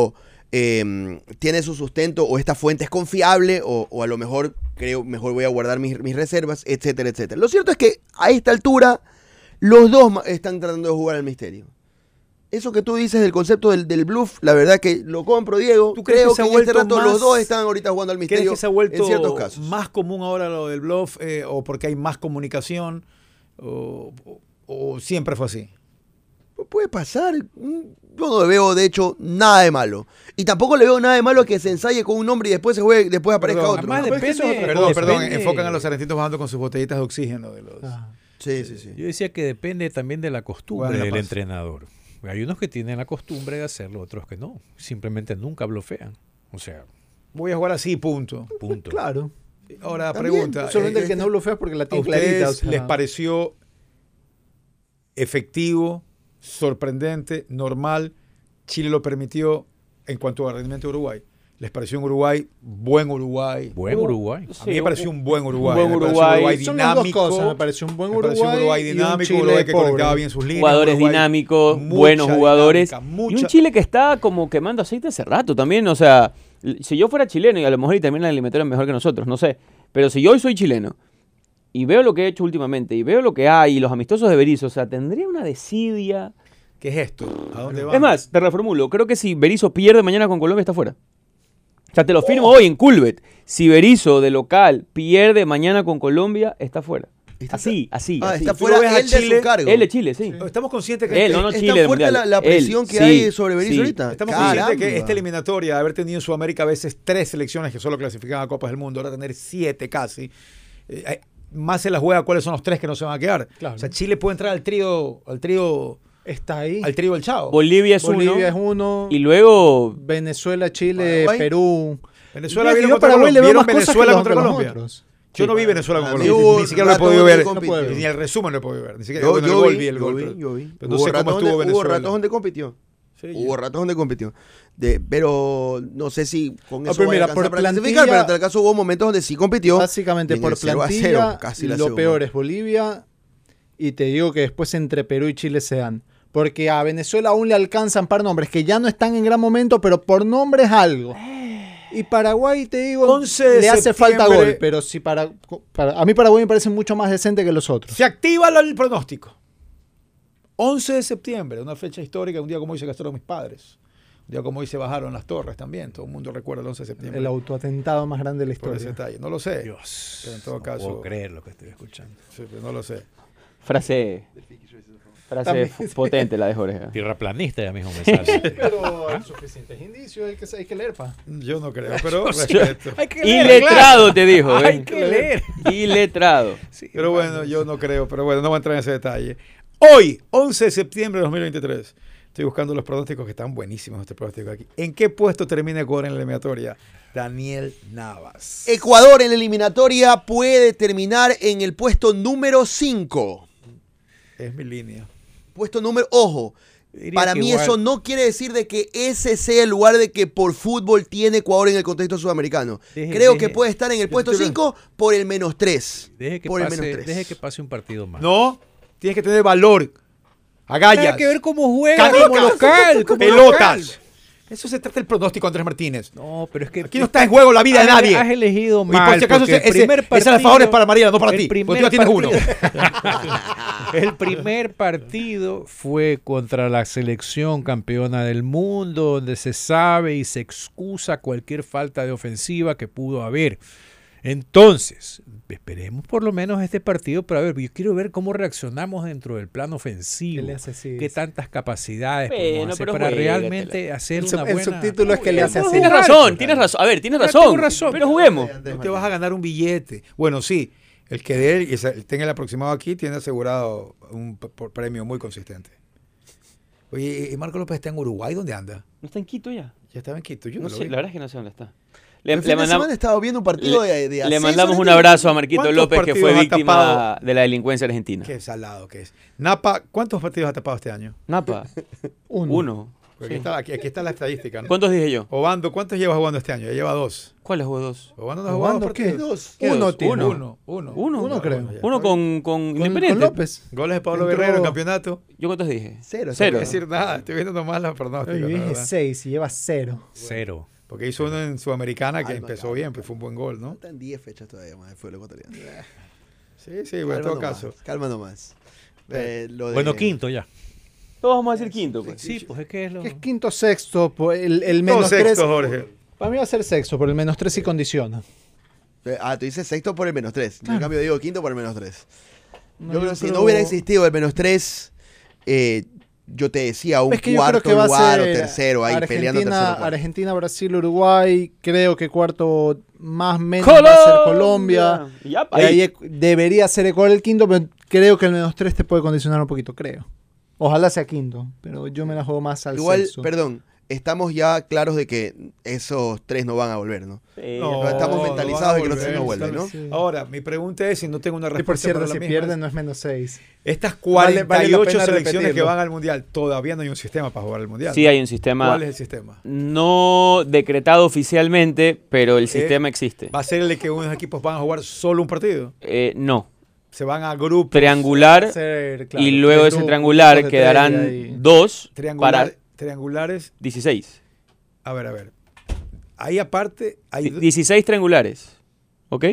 D: tiene su sustento o esta fuente es confiable o a lo mejor creo, mejor voy a guardar mis reservas, etcétera, etcétera. Lo cierto es que a esta altura los dos están tratando de jugar al misterio. Eso que tú dices del concepto del bluff, la verdad que lo compro, Diego.
H: ¿Tú crees
D: Creo
H: que se ha
D: en este
H: vuelto
D: rato
H: más-
D: los dos están ahorita jugando al
H: ¿Crees
D: misterio
H: que se ha vuelto
D: en ciertos casos.
H: más común ahora lo del bluff o porque hay más comunicación o siempre fue así?
D: Puede pasar. Yo no le veo, de hecho, nada de malo. Y tampoco le veo nada de malo a que se ensaye con un nombre y después se juegue, después aparezca
H: Perdón,
D: otro.
F: además
D: ¿no?
F: depende-
H: Perdón,
F: depende-
H: enfocan a los argentinos bajando con sus botellitas de oxígeno de los...
C: Ah.
D: Sí, sí, sí.
F: Yo decía que depende también de la costumbre
H: Juegan La
F: del
H: Paz.
F: entrenador. Hay unos que tienen la costumbre de hacerlo, otros que no. Simplemente nunca blofean. O sea,
H: Voy a jugar así, punto.
F: punto.
C: Claro.
H: Ahora,
D: También,
H: pregunta.
C: Solamente el que no blofea es porque la
H: ¿A
C: tiene clarita.
H: ustedes
C: o sea,
H: les pareció efectivo, sorprendente, normal? Chile lo permitió en cuanto al rendimiento de Uruguay. ¿Les pareció un Uruguay buen Uruguay?
F: Buen Uruguay.
H: A mí me pareció un buen Uruguay.
E: buen
H: Me pareció
E: Uruguay.
C: son las dos
H: dinámico.
C: cosas. Me pareció un buen
H: Me pareció un Uruguay
C: y un
H: dinámico,
C: Chile
H: un Uruguay que
C: pobre.
H: conectaba bien sus líneas.
E: Jugadores
H: Uruguay,
E: dinámicos,
H: mucha
E: buenos jugadores.
H: dinámica,
E: Y
H: mucha-
E: un Chile que está como quemando aceite hace rato también. O sea, si yo fuera chileno y a lo mejor y también la eliminatoria es mejor que nosotros, no sé. Pero si yo hoy soy chileno y veo lo que he hecho últimamente y veo lo que hay y los amistosos de Berizzo, o sea, tendría una desidia.
H: ¿Qué es esto? ¿A dónde va?
E: Es más, te reformulo. Creo que si Berizzo pierde mañana con Colombia está fuera. O sea, te lo firmo hoy en Culbet. Si Berizzo de local pierde mañana con Colombia, está fuera. Así.
D: Ah,
E: así.
D: está
H: ¿Tú
D: fuera
H: lo ves a
D: él de
H: Chile?
D: su cargo.
E: Él de Chile, sí.
H: Estamos conscientes que
E: Él, no, no,
D: ¿Es
E: Chile
D: tan
E: del
D: fuerte
E: Mundial.
D: la
E: Él,
D: presión que
E: sí,
D: hay sobre Berizzo
E: sí.
D: ahorita?
H: Estamos conscientes que
D: Caramba.
H: esta eliminatoria, de haber tenido en Sudamérica a veces 3 selecciones que solo clasificaban a Copas del Mundo, ahora tener 7 casi. Más se la juega cuáles son los 3 que no se van a quedar.
C: Claro.
H: O sea, Chile puede entrar al trío
C: Está ahí.
H: del Chavo.
E: Bolivia es
C: Bolivia es
E: uno.
C: uno.
E: Y luego
C: Venezuela, Chile,
D: Paraguay.
C: Perú.
H: Venezuela
C: Yo
H: viene
C: a
H: contra
C: Paraguay le
H: Colombia.
C: veo más
H: ¿Vieron
C: cosas
H: Venezuela
C: que
H: contra
C: los
H: Colombia?
C: otros.
H: Yo no vi Venezuela con
D: A
H: Colombia,
D: mí hubo
H: ni siquiera lo he
D: rato
H: podido
D: donde
H: ver.
D: compitió.
H: Ni el resumen lo he podido ver. Ni siquiera
D: Yo,
H: bueno,
D: yo
H: el gol
D: vi,
H: vi el
D: yo
H: gol.
D: vi,
H: pero-
D: yo vi.
H: pero no
D: Hubo
H: sé cómo
D: ratos
H: estuvo
D: donde- Hubo
H: Venezuela.
D: ratos donde compitió.
H: Sí,
D: Hubo ratos donde compitió. Pero no sé si con eso
C: pero
D: vaya a
C: mira,
D: alcanzar
C: por
D: para clasificar,
C: plantilla-
D: pero en tal caso hubo momentos donde sí compitió.
C: Básicamente
D: y en
C: por
D: el 0-0,
C: plantilla,
D: casi la
C: lo
D: segunda.
C: peor es Bolivia. Y te digo que después entre Perú y Chile se dan. Porque a Venezuela aún le alcanzan par nombres que ya no están en gran momento, pero por nombres algo. Y Paraguay, te digo,
H: 11 de
C: le hace falta
H: septiembre.
C: gol. Pero si a mí Paraguay me parece mucho más decente que los otros.
H: Se activa el pronóstico. 11 de septiembre, una fecha histórica, un día como hoy se gastaron mis padres. Un día como hoy se bajaron las torres también. Todo el mundo recuerda el 11 de septiembre.
C: El autoatentado más grande de la
H: por ese
C: historia.
H: detalle. No lo sé.
F: Dios.
H: Pero en todo
F: no
H: caso-
F: puedo creer lo que estoy escuchando.
H: Sí, pero no lo sé.
E: frase
C: También,
E: potente la de Jorge.
F: Tierraplanista ya mismo me sale.
C: Pero hay suficientes indicios, hay que leer, pa.
H: Yo no creo, pero respeto.
F: Hay que
E: Iletrado te dijo, ¿eh?
F: Hay que leer.
E: Iletrado.
F: Sí,
H: Pero bueno, yo no creo, pero bueno, no voy a entrar en ese detalle. Hoy, 11 de septiembre de 2023, estoy buscando los pronósticos que están buenísimos este pronóstico aquí. ¿En qué puesto termina Ecuador en la eliminatoria? Daniel Navas.
D: Ecuador en la eliminatoria puede terminar en el puesto número 5.
H: Es mi línea.
D: Puesto número, ojo,
F: Diría
D: para
F: que
D: mí
F: igual-
D: eso no quiere decir de que ese sea el lugar de que por fútbol tiene Ecuador en el contexto sudamericano. Creo que puede estar en el puesto 5 por el -3.
F: Deje que,
D: por el
F: pase,
D: -3.
F: deje que pase un partido más.
H: No, tienes que tener valor. Agallas.
F: Tiene que ver cómo juega
H: Canicas.
F: como local. Como
H: Pelotas.
F: local.
H: Eso se trata del pronóstico, Andrés Martínez.
F: No, pero es que
H: Aquí no está en juego la vida de nadie.
F: Has elegido
H: Y
F: mal.
H: por si acaso,
F: porque
H: ese alfajor es para Mariela, no para
F: el
H: ti. Porque
F: primer
H: tú ya tienes uno.
F: El primer partido fue contra la selección campeona del mundo, donde se sabe y se excusa cualquier falta de ofensiva que pudo haber. Entonces, esperemos por lo menos este partido, pero a ver, yo quiero ver cómo reaccionamos dentro del plano ofensivo.
C: ¿Qué le hace así?
F: ¿Qué tantas capacidades
E: Bueno,
F: podemos hacer
E: pero
F: para
E: juégatela.
F: realmente hacer
C: El
F: una buena...
C: subtítulo es que le hace así.
E: Tienes razón, tienes razón. A ver, tienes
F: Ya
E: razón.
F: tengo razón.
E: Pero juguemos.
H: No te vas a ganar un billete. Bueno, sí, el que dé y tenga el aproximado aquí tiene asegurado un premio muy consistente. Oye, ¿y Marco López está en Uruguay? ¿Dónde anda?
E: ¿No está en Quito ya?
H: Ya estaba en Quito. Yo
E: No
H: lo
E: sé,
H: vi.
E: la verdad es que no sé dónde está.
D: El fin de semana he estado viendo un partido de
E: le
D: ascenso
E: mandamos
D: en
E: un
D: el-
E: abrazo a Marquito
H: ¿Cuántos
E: López, que fue
H: partidos ha
E: víctima
H: tapado?
E: de la delincuencia argentina.
H: Qué salado que es. Napa, ¿cuántos partidos ha tapado este año?
E: Napa, uno.
H: Porque
E: Sí.
H: aquí está la estadística, ¿no?
E: ¿Cuántos dije yo?
H: Obando, ¿cuántos lleva jugando este año? Ya lleva 2.
E: ¿Cuáles jugó dos?
H: Obando no ha jugado
C: ¿Obando qué?
H: partidos.
D: Dos.
E: ¿Qué
C: Uno
E: dos?
C: tiene.
H: Uno.
C: Uno creo.
H: ya
E: Uno
H: está bien.
E: con
C: Con
E: Independiente.
C: López.
H: Goles de Pablo
C: Entró-
H: Guerrero en campeonato.
E: ¿Yo cuántos dije?
D: Cero.
H: No
E: Cero.
H: voy a decir nada, estoy viendo nomás los pronósticos.
C: Yo
H: la
C: dije
H: verdad.
C: 6 y lleva 0.
F: 0.
H: Porque hizo uno en Sudamericana que
D: Alma,
H: empezó
D: cabrón.
H: bien, pues fue un buen gol, ¿no?
D: Faltan 10 fechas todavía más de fútbol ecuatoriano.
H: Sí, bueno, en todo caso.
D: Calma nomás.
F: Bueno, quinto ya.
E: Todos vamos a decir quinto, pues.
F: Sí, pues es que es lo...
C: Que es quinto, sexto, el
H: Todo
C: menos 3.
H: sexto, Jorge.
C: Para mí va a ser sexto, pero el menos 3 sí condiciona.
D: Tú dices sexto por el -3. Yo en cambio digo quinto por el -3.
C: No,
D: Yo creo que si no hubiera existido el -3, yo te decía, un
C: Es que yo creo
D: cuarto
C: que va a
D: lugar o
C: ser
D: tercero ahí peleando tercero. Cuarto.
C: Argentina, Brasil, Uruguay. Creo que cuarto más o menos va a ser Colombia.
E: Ya,
C: Y ahí debería ser Ecuador el quinto, pero creo que el -3 te puede condicionar un poquito, creo. Ojalá sea quinto, pero yo me la juego más al
D: Igual,
C: sexto.
D: perdón, estamos ya claros de que esos 3 no van a volver, ¿no?
H: No,
D: Estamos
H: no
D: mentalizados
H: van a
D: de que los
H: volver,
D: 3 no vuelven, ¿no?
C: Sí.
H: Ahora, mi pregunta es, si no tengo una
C: Y por
H: respuesta
C: cierto,
H: para la
C: si
H: misma,
C: pierden no es -6.
H: estas
C: Vale la
H: 48
C: pena
H: selecciones que
C: repetirlo.
H: van al Mundial, todavía no hay un sistema para jugar al Mundial.
E: Sí hay un sistema
H: ¿Cuál es el sistema?
E: no decretado oficialmente, pero el sistema existe.
H: ¿Va a ser el de que unos equipos van a jugar solo un partido?
E: No.
H: Se van a grupos.
E: Triangular
C: Ser, claro,
E: y luego de
C: tres
E: ese
C: grupos,
E: triangular
C: grupos de tres y
E: quedarán
C: ahí-
E: 2 para
H: Triangulares.
E: 16.
H: A ver. Ahí aparte hay
E: 16 triangulares. ¿Ok?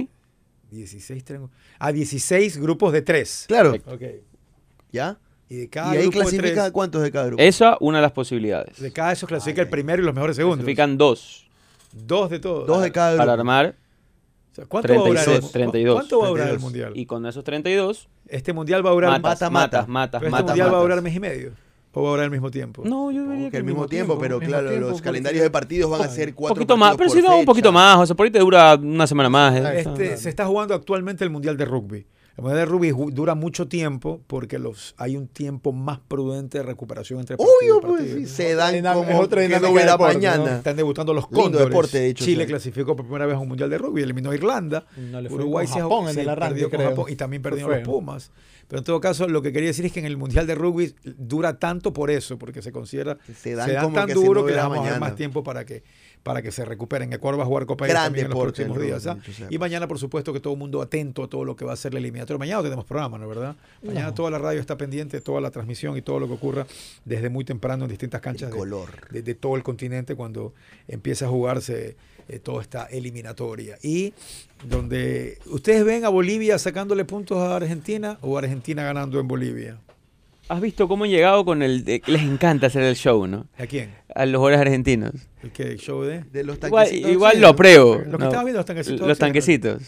H: 16 triangulares. 16 grupos de 3.
D: Claro,
H: Ok.
D: ¿ya?
H: Y de cada
D: Y ahí
H: grupo de
D: clasifica
H: 3,
D: cuántos de cada grupo.
E: Esa, una de las posibilidades.
H: de cada esos clasifica el primero y los mejores segundos.
E: Clasifican 2
H: 2 de todos.
D: 2 de cada grupo.
E: para armar
H: O sea, ¿cuánto va a durar
E: 36, 32.
H: ¿Cuánto va a durar el
D: 32.
H: Mundial?
E: y con esos 32
H: Este Mundial va a durar
E: matas,
D: mata.
E: matas.
H: pero este
E: matas.
H: Mundial va a durar mes y medio. ¿O va a durar al mismo tiempo?
E: No, yo diría
D: Que al mismo tiempo, pero
C: mismo
D: claro,
C: tiempo,
D: los
C: porque-
D: calendarios de partidos van a ser 4
E: Un poquito más, pero si no, un poquito más. O sea, por ahí te dura una semana más.
H: Se está jugando actualmente el Mundial de Rugby. El Mundial de Rugby dura mucho tiempo porque hay un tiempo más prudente de recuperación entre partido
D: Obvio,
H: y
D: pues,
H: partido.
D: sí, se dan
C: Es
D: como
C: otra
D: que
C: dinámica
D: no
C: de
D: verá
C: deporte,
D: mañana.
H: Están debutando los
D: Lindo
H: Cóndores.
D: deporte, de hecho,
H: Chile
D: sí.
H: clasificó por primera vez a un Mundial de Rugby, eliminó a Irlanda.
C: No le fue
H: Uruguay
C: con
H: se
C: Japón en el arranque,
H: perdió con
C: creo.
H: Japón y también
C: Fue
H: perdieron los
C: feo.
H: Pumas. Pero en todo caso, lo que quería decir es que en el Mundial de Rugby dura tanto por eso, porque se considera
D: Se dan como
H: tan
D: que se
H: duro
D: no
H: que les
D: verá
H: vamos a dar
D: mañana.
H: más tiempo para que se recuperen. Ecuador va a jugar Copa
D: Gran
H: también en los
D: deporte
H: próximos
D: el
H: días.
D: rugby,
H: ¿ah?
D: dicho sea
H: Y mañana, por supuesto, que todo el mundo atento a todo lo que va a ser la eliminatoria. Mañana no tenemos programa, ¿no es verdad? Mañana toda la radio está pendiente de toda la transmisión y todo lo que ocurra desde muy temprano en distintas canchas
D: El color.
H: de todo el continente cuando empieza a jugarse toda esta eliminatoria. Y donde ustedes ven a Bolivia sacándole puntos a Argentina o Argentina ganando en Bolivia.
E: ¿Has visto cómo han llegado con el que les encanta hacer el show, ¿no?
H: ¿A quién?
E: A los jugadores argentinos.
H: ¿El que show de?
D: De los
E: Igual,
D: tanquecitos.
E: igual
D: sí,
E: lo apruebo.
H: Lo que
E: ¿no?
H: estabas viendo, los tanquecitos.
E: Los tanquecitos.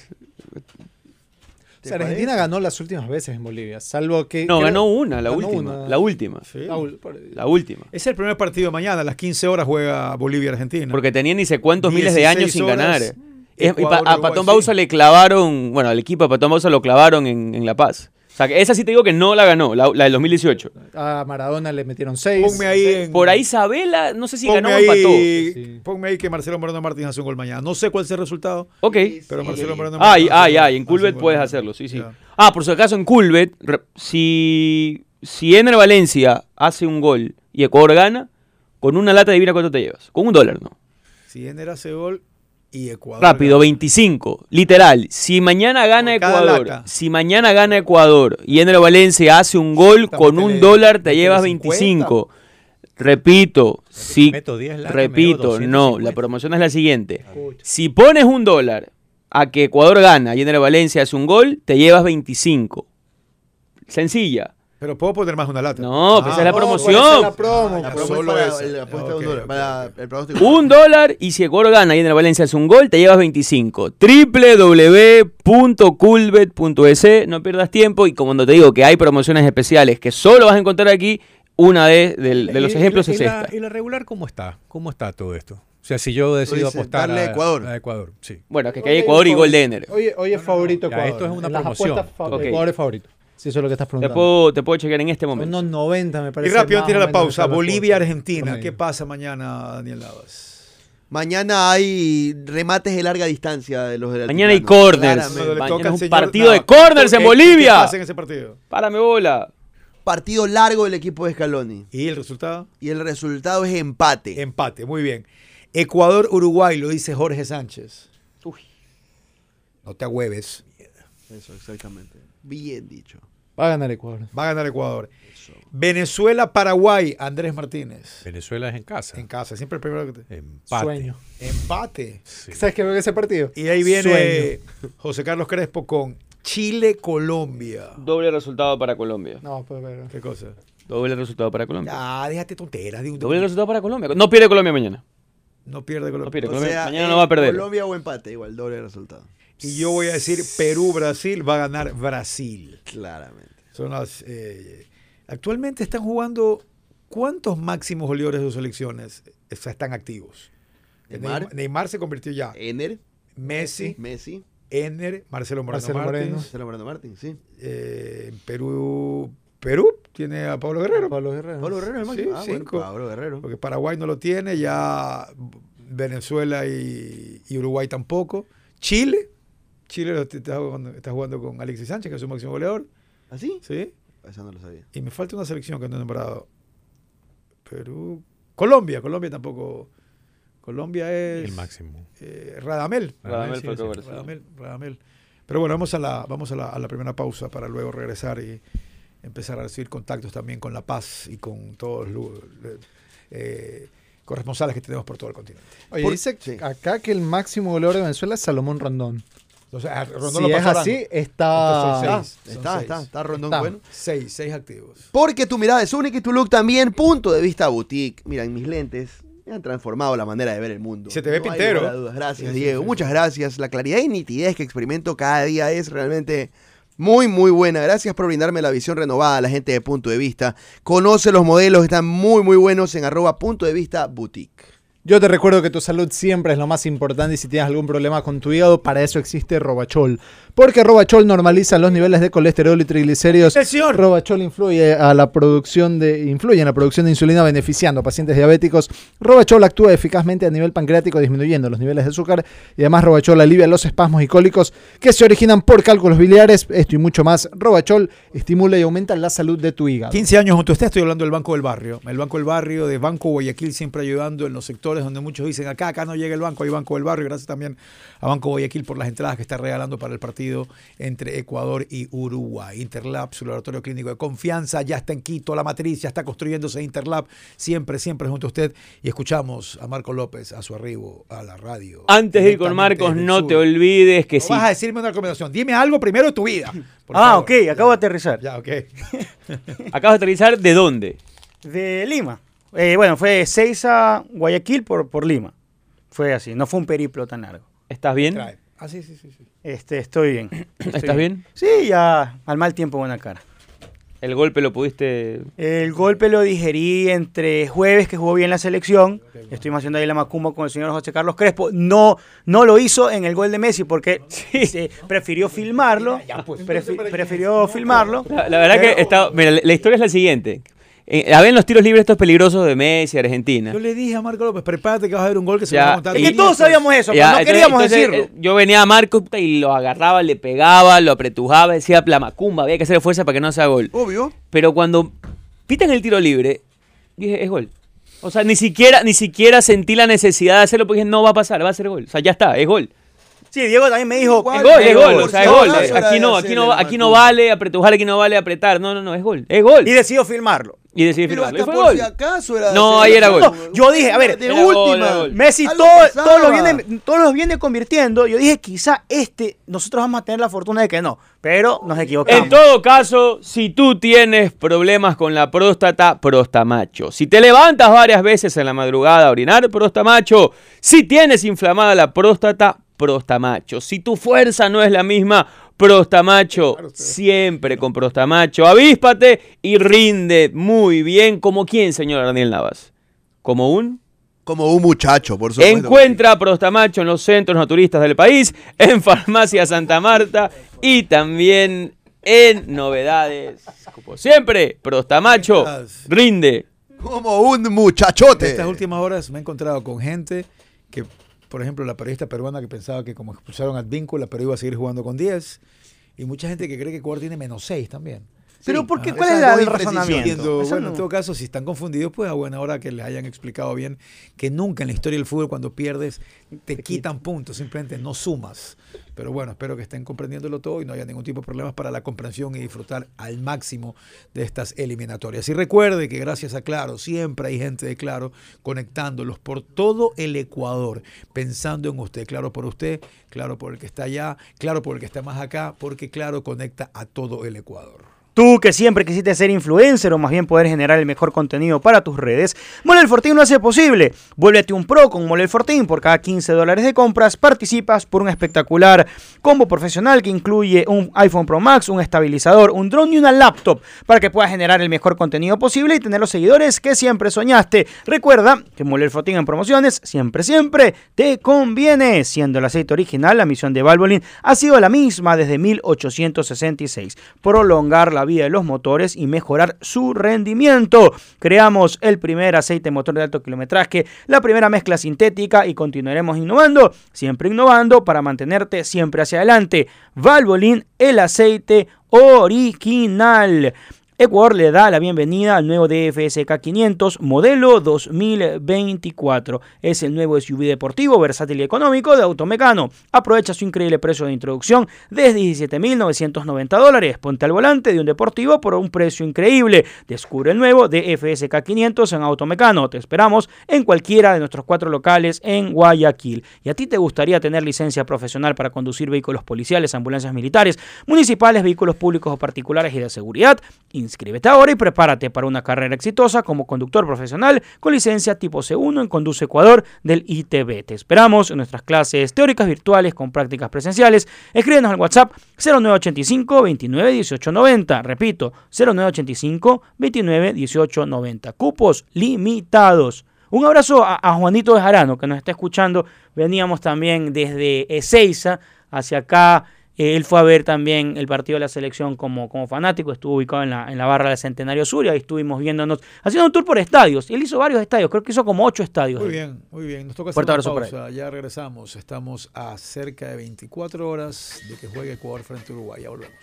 C: O sea, Argentina ganó las últimas veces en Bolivia, salvo que...
E: No,
C: creo-
E: ganó una, la
C: ganó
E: última.
C: una.
E: La última.
H: Sí.
E: La última.
H: Es el primer partido de mañana, a las 15 horas juega Bolivia-Argentina.
E: Porque tenía ni sé cuántos miles de
H: 16
E: años sin
H: horas,
E: ganar. Y
H: Ecuador,
E: a
H: Uruguay,
E: Patón
H: sí.
E: Bausa le clavaron, bueno, al equipo de Patón Bausa lo clavaron en La Paz. O sea, que esa sí te digo que no la ganó, la del 2018.
C: A Maradona le metieron 6.
H: Ponme ahí en...
E: Por ahí Isabela, no sé si
H: ponme
E: ganó o
H: ahí,
E: empató.
C: Sí.
H: ponme ahí que Marcelo Moreno Martínez hace un gol mañana. No sé cuál sea el resultado,
E: Ok.
H: pero Marcelo Moreno
E: Ay,
H: Martínez hace un
E: en
H: gol
E: Culbet puedes
H: mañana.
E: hacerlo, sí, sí.
H: Ya.
E: Por si acaso en Culbet, si Ener Valencia hace un gol y Ecuador gana, con una lata divina, ¿cuánto te llevas? Con $1, ¿no?
H: Si Ener hace gol y Ecuador.
E: Rápido,
H: gana.
E: 25. Literal. Si mañana gana
H: Por cada
E: Ecuador,
H: lata.
E: si mañana gana Ecuador y Ener Valencia hace un gol,
H: Puta,
E: con
H: métele-
E: $1 te
H: métele
E: llevas
H: 50.
E: 25. Repito, si
F: meto 10 latas, me
E: repito,
F: llevo
E: no,
F: 250.
E: la promoción es la siguiente. Si pones $1 a que Ecuador gana y Ener Valencia hace un gol, te llevas 25. Sencilla.
H: Pero puedo poner más de una lata.
E: No, pues esa es la
C: No,
E: promoción.
C: puede ser la promo.
D: La promo
H: Solo
D: es para
H: ese.
D: la apuesta de
H: Ok,
D: $1,
H: ok,
D: para
H: ok.
D: el pronóstico.
E: $1 y si Ecuador gana y Ener Valencia hace un gol, te llevas 25. www.culbet.es. No pierdas tiempo y como cuando te digo que hay promociones especiales que solo vas a encontrar aquí, una de los ejemplos es esta.
F: ¿Y la regular cómo está? ¿Cómo está todo esto? O sea, si yo decido
D: dices,
F: apostar
D: darle a Ecuador.
F: a Ecuador, sí.
E: Bueno, que hay Ecuador y gol de Ener.
C: Hoy es favorito
F: ya,
C: Ecuador.
F: esto es una
C: En las
F: promoción.
C: apuestas,
E: Ok.
C: Ecuador es favorito. Si eso es lo que estás
E: Te
C: preguntando.
E: puedo chequear en este momento.
C: Unos 90 me
H: Y
C: parece.
H: rápido,
C: más
H: tira
C: o
H: la
C: menos
H: pausa.
C: está la
H: Bolivia-Argentina.
C: cuota.
H: ¿Qué pasa mañana, Daniel Lavas?
D: Mañana hay remates de larga distancia de los del
E: Mañana hay
D: altiplano.
E: corners.
D: Claramente.
H: Cuando le
E: Mañana
H: toca
E: es
H: al
E: un
H: señor
E: partido de
H: Navas.
E: corners en
H: ¿Qué
E: Bolivia.
H: pasa en ese partido?
E: Párame bola.
D: Partido largo del equipo de Scaloni.
H: ¿Y el resultado?
D: Y el resultado es empate.
H: Empate, muy bien. Ecuador-Uruguay, lo dice Jorge Sánchez.
E: Uy.
H: No te agüeves.
D: Eso, exactamente. Bien dicho.
C: Va a ganar Ecuador.
H: Va a ganar Ecuador. Venezuela-Paraguay, Andrés Martínez.
F: Venezuela es en casa.
H: En casa, siempre el primero que te...
F: Empate.
C: Sueño.
H: Empate.
F: Sí.
C: ¿Sabes qué veo ese partido?
H: Y ahí viene
C: Sueño.
H: José Carlos Crespo con Chile-Colombia.
E: Doble resultado para Colombia.
C: No, pero.
H: ¿Qué cosa?
E: Doble resultado para Colombia.
H: Ya, déjate tonteras.
E: Doble resultado para Colombia. No pierde Colombia mañana.
H: No pierde Colombia.
E: No pierde.
D: O
E: Colombia
D: sea,
E: mañana no va a perder.
D: Colombia o empate, igual, doble resultado.
H: Y yo voy a decir Perú-Brasil, va a ganar Brasil.
D: Claramente.
H: Son las, actualmente están jugando ¿cuántos máximos goleadores de sus selecciones están activos? Neymar se convirtió ya.
D: Ener,
H: Messi,
D: Messi,
H: Ener, Marcelo Moreno
C: Marcelo
H: Martins.
C: Moreno.
D: Marcelo Moreno Martín, sí.
H: En Perú tiene a Pablo Guerrero.
C: Pablo Guerrero.
D: Pablo Guerrero es el máximo.
H: Sí, 5.
D: Pablo Guerrero.
H: Porque Paraguay no lo tiene, ya Venezuela y Uruguay tampoco. Chile está jugando con Alexis Sánchez, que es su máximo goleador.
D: ¿Así?
H: ¿Sí?
D: Eso no lo sabía.
H: Y me falta una selección que no he nombrado. Perú. Colombia tampoco. Colombia es
F: El máximo.
H: Radamel.
E: Radamel
F: sí,
E: fue
F: sí.
E: convertido.
H: Radamel. Pero bueno, vamos a la primera pausa para luego regresar y empezar a recibir contactos también con La Paz y con todos los corresponsales que tenemos por todo el continente.
C: Oye, dice acá que el máximo goleador de Venezuela es Salomón Rondón.
H: Entonces, Rondón
C: Si
H: lo
C: es
H: pasó Arango.
C: así, está...
H: Entonces son seis.
D: Está Rondón
C: Está.
D: bueno.
H: Seis activos.
D: Porque tu mirada es única y tu look también. Punto de vista boutique. Mira, en mis lentes me han transformado la manera de ver el mundo.
H: Se te ve
D: No hay
H: pintero.
D: lugar a dudas. Gracias,
H: Sí,
D: Diego.
H: sí.
D: Muchas gracias. La claridad y nitidez que experimento cada día es realmente muy, muy buena. Gracias por brindarme la visión renovada a la gente de Punto de Vista. Conoce los modelos que están muy, muy buenos en @punto de vista boutique.
C: Yo te recuerdo que tu salud siempre es lo más importante y si tienes algún problema con tu hígado, para eso existe Robachol. Porque Robachol normaliza los niveles de colesterol y triglicéridos.
H: ¡El señor!
C: Robachol influye en la producción de insulina beneficiando a pacientes diabéticos. Robachol actúa eficazmente a nivel pancreático disminuyendo los niveles de azúcar y además Robachol alivia los espasmos y cólicos que se originan por cálculos biliares. Esto y mucho más. Robachol estimula y aumenta la salud de tu hígado.
H: 15 años junto a usted, estoy hablando del Banco del Barrio. El Banco del Barrio de Banco Guayaquil siempre ayudando en los sectores donde muchos dicen acá no llega el banco, hay Banco del Barrio. Gracias también a Banco Guayaquil por las entradas que está regalando para el partido entre Ecuador y Uruguay. Interlab, su laboratorio clínico de confianza, ya está en Quito, la matriz, ya está construyéndose Interlab, siempre junto a usted. Y escuchamos a Marco López a su arribo a la radio.
E: Antes de ir con Marcos, no te olvides que
H: No
E: sí.
H: vas a decirme una recomendación, dime algo primero de tu vida. por
I: Ah,
H: favor.
I: ok, acabo de aterrizar.
H: Ya, ok.
E: Acabas de aterrizar, ¿de dónde?
I: De Lima. Bueno, fue de Seiza, Guayaquil por Lima. Fue así, no fue un periplo tan largo.
E: ¿Estás bien?
H: Trae. Ah, sí.
I: Estoy bien.
E: ¿Estás bien?
I: Sí, ya al mal tiempo buena cara.
E: ¿El golpe lo pudiste...?
I: El golpe lo digerí entre jueves, que jugó bien la selección. Estuvimos haciendo ahí la macumba con el señor José Carlos Crespo. No lo hizo en el gol de Messi porque prefirió filmarlo. Prefirió filmarlo.
E: La verdad que mira, la historia es la siguiente. Habían los tiros libres estos peligrosos de Messi, Argentina.
H: Yo le dije a Marco López, prepárate que vas a ver un gol que se
E: Ya.
H: va a contar.
I: Es que todos sabíamos eso,
E: Ya,
I: pero no queríamos decirlo.
E: Yo venía a Marcos puta, y lo agarraba, le pegaba, lo apretujaba, decía la macumba, había que hacer fuerza para que no sea gol.
D: Obvio.
E: Pero cuando pitan el tiro libre, dije, es gol. O sea, ni siquiera sentí la necesidad de hacerlo porque dije, no va a pasar, va a ser gol. O sea, ya está, es gol.
I: Sí, Diego también me dijo,
D: Igual,
E: Es gol, o sea, es gol.
D: Por si acaso
E: Aquí no vale apretujar, aquí no vale apretar. No, es gol. Es gol.
I: y decidió filmarlo.
E: Y decidí
D: Pero
E: firmarlo. Y
D: hasta
E: fue
D: por
E: gol.
D: si acaso era...
E: No, ahí era gol.
I: No, yo dije, a ver,
D: de
E: era gol,
D: última.
E: era gol.
I: Messi
D: Algo
I: todos los viene convirtiendo. Yo dije, quizá nosotros vamos a tener la fortuna de que no, pero nos equivocamos.
E: En todo caso, si tú tienes problemas con la próstata, Prostamacho. Si te levantas varias veces en la madrugada a orinar, Prostamacho. Si tienes inflamada la próstata, Prostamacho. Si tu fuerza no es la misma, Prostamacho. Siempre con Prostamacho. Avíspate y rinde muy bien. ¿Como quién, señor Daniel Navas? ¿Como un?
D: Como un muchacho, por supuesto.
E: Encuentra Prostamacho en los centros naturistas del país, en Farmacia Santa Marta y también en novedades. Como siempre, Prostamacho rinde.
D: Como un muchachote.
H: En estas últimas horas me he encontrado con gente que, por ejemplo, la periodista peruana que pensaba que como expulsaron a Advíncula, pero iba a seguir jugando con 10. Y mucha gente que cree que Ecuador tiene -6 también.
I: Pero ¿por qué?
H: Ah,
I: ¿Cuál
H: esas
I: es
H: dos
I: el
H: imprecisiones.
I: razonamiento?
H: Bueno, en todo caso, si están confundidos, pues a buena hora que les hayan explicado bien que nunca en la historia del fútbol cuando pierdes te quitan puntos, simplemente no sumas. Pero bueno, espero que estén comprendiéndolo todo y no haya ningún tipo de problemas para la comprensión y disfrutar al máximo de estas eliminatorias. Y recuerde que gracias a Claro, siempre hay gente de Claro conectándolos por todo el Ecuador, pensando en usted. Claro por usted, Claro por el que está allá, Claro por el que está más acá, porque Claro conecta a todo el Ecuador.
I: Tú que siempre quisiste ser influencer o más bien poder generar el mejor contenido para tus redes, Mole El Fortín lo hace posible. Vuélvete un pro con Mole El Fortín. Por cada $15 de compras participas por un espectacular combo profesional que incluye un iPhone Pro Max, un estabilizador, un dron y una laptop para que puedas generar el mejor contenido posible y tener los seguidores que siempre soñaste. Recuerda que Mole El Fortín en promociones siempre te conviene. Siendo el aceite original, la misión de Valvoline ha sido la misma desde 1866. Prolongar la vida de los motores y mejorar su rendimiento. Creamos el primer aceite motor de alto kilometraje, la primera mezcla sintética y continuaremos innovando, siempre innovando para mantenerte siempre hacia adelante. Valvoline, el aceite original. Ecuador le da la bienvenida al nuevo DFSK 500 modelo 2024. Es el nuevo SUV deportivo, versátil y económico de Automecano. Aprovecha su increíble precio de introducción desde $17,990. Ponte al volante de un deportivo por un precio increíble. Descubre el nuevo DFSK 500 en Automecano. Te esperamos en cualquiera de nuestros 4 locales en Guayaquil. ¿Y a ti te gustaría tener licencia profesional para conducir vehículos policiales, ambulancias militares, municipales, vehículos públicos o particulares y de seguridad? Inscríbete ahora y prepárate para una carrera exitosa como conductor profesional con licencia tipo C1 en Conduce Ecuador del ITB. Te esperamos en nuestras clases teóricas virtuales con prácticas presenciales. Escríbenos al WhatsApp 0985 29 18 90. Repito, 0985 29 18 90. Cupos limitados. Un abrazo a Juanito de Jarano que nos está escuchando. Veníamos también desde Ezeiza hacia acá. Él fue a ver también el partido de la selección como fanático, estuvo ubicado en la barra del Centenario Sur y ahí estuvimos viéndonos, haciendo un tour por estadios. Él hizo varios estadios, creo que hizo como 8 estadios.
H: Muy bien, muy bien. Nos toca hacer una pausa, ya regresamos. Estamos a cerca de 24 horas de que juegue Ecuador frente a Uruguay. Ya volvemos.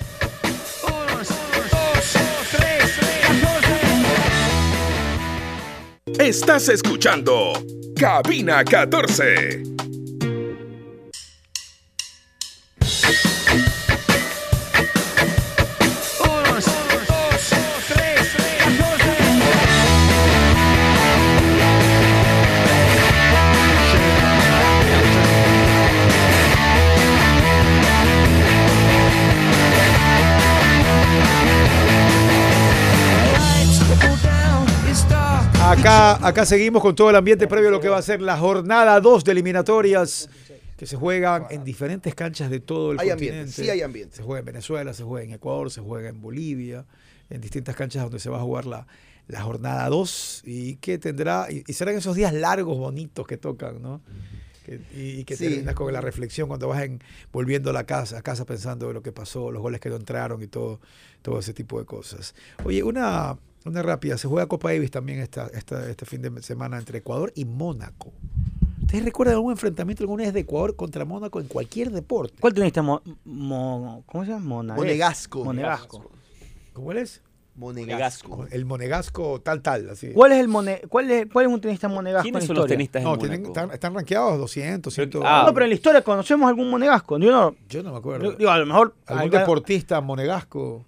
A: Estás escuchando Cabina 14.
H: Acá seguimos con todo el ambiente previo a lo que va a ser la jornada 2 de eliminatorias que se juegan en diferentes canchas de todo el continente.
D: Ambiente, sí hay ambiente.
H: Se juega en Venezuela, se juega en Ecuador, se juega en Bolivia, en distintas canchas donde se va a jugar la jornada 2 y que tendrá, y serán esos días largos, bonitos que tocan, ¿no? Y que terminas con la reflexión cuando vas volviendo a casa pensando en lo que pasó, los goles que no entraron y todo ese tipo de cosas. Oye, una rápida, se juega Copa Davis también este fin de semana entre Ecuador y Mónaco. ¿Ustedes recuerdan algún enfrentamiento alguna vez de Ecuador contra Mónaco en cualquier deporte?
I: ¿Cuál teniste? ¿Cómo se llama?
D: Monegasco.
H: ¿Cómo es?
D: Monegasco.
H: El Monegasco tal, así.
I: ¿Cuál es un tenista monegasco?
E: ¿Quiénes
I: en
E: son
I: la
E: los
I: historia?
E: tenistas en Mónaco?
H: Están rankeados 200, 100.
I: No, pero en la historia conocemos algún monegasco.
H: Yo no me acuerdo.
I: Digo, a lo mejor
H: ¿Algún deportista monegasco?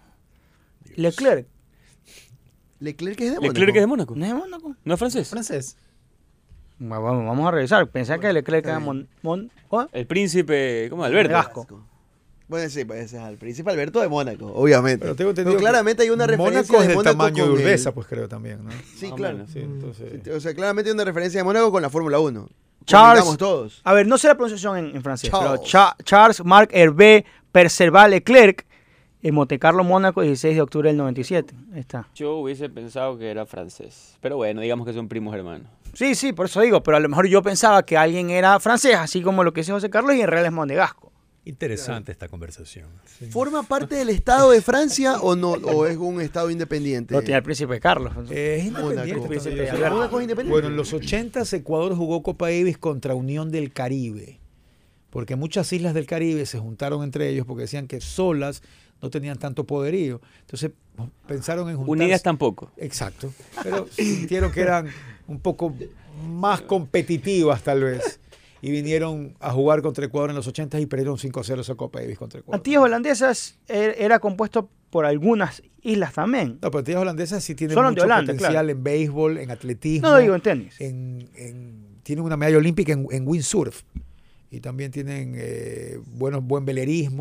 I: Leclerc.
D: ¿Leclerc es de Mónaco?
E: ¿Leclerc es de Mónaco?
I: ¿No es de Mónaco?
E: ¿No es francés?
C: Francés.
I: Vamos a revisar. Pensé que Leclerc era ¿cómo?
E: El príncipe, ¿cómo? Alberto.
I: Monegasco.
D: Bueno, sí, pues ese es el príncipe Alberto de Mónaco, obviamente.
H: Pero tengo entendido
D: Pero claramente hay una referencia
H: Mónaco es
D: de
H: del
D: Mónaco
H: tamaño de
D: con
H: Urbesa, pues creo también, ¿no?
D: Sí, claro.
H: Sí, entonces...
D: O sea, claramente hay una referencia de Mónaco con la Fórmula 1.
I: Charles,
D: Todos.
I: a ver, no sé la pronunciación en francés,
D: Charles.
I: pero Charles Marc Hervé Perceval Leclerc, en Montecarlo, Mónaco, 16 de octubre del 97. Ahí está.
E: Yo hubiese pensado que era francés. Pero bueno, digamos que son primos hermanos.
I: Sí, por eso digo, pero a lo mejor yo pensaba que alguien era francés, así como lo que dice José Carlos, y en realidad es monegasco.
F: Interesante esta conversación.
H: Sí.
D: ¿Forma parte del Estado de Francia o no? ¿O es un Estado independiente?
I: No tiene el príncipe Carlos.
H: Es independiente.
D: Mónaco.
H: también.
D: ¿Mónaco es independiente?
H: Bueno, en los 80s Ecuador jugó Copa Davis contra Unión del Caribe, porque muchas islas del Caribe se juntaron entre ellos porque decían que solas no tenían tanto poderío. Entonces pensaron en juntarse.
E: Unidas tampoco.
H: Exacto. Pero sintieron que eran un poco más competitivas tal vez. Y vinieron a jugar contra Ecuador en los 80 y perdieron 5-0 esa Copa Davis contra Ecuador.
I: Antillas Holandesas era compuesto por algunas islas también.
H: No, pero Antillas Holandesas sí tienen
I: Son de
H: mucho
I: Holanda,
H: potencial
I: claro.
H: en béisbol, en atletismo.
I: No digo en tenis.
H: Tienen una medalla olímpica en windsurf. Y también tienen buen velerismo.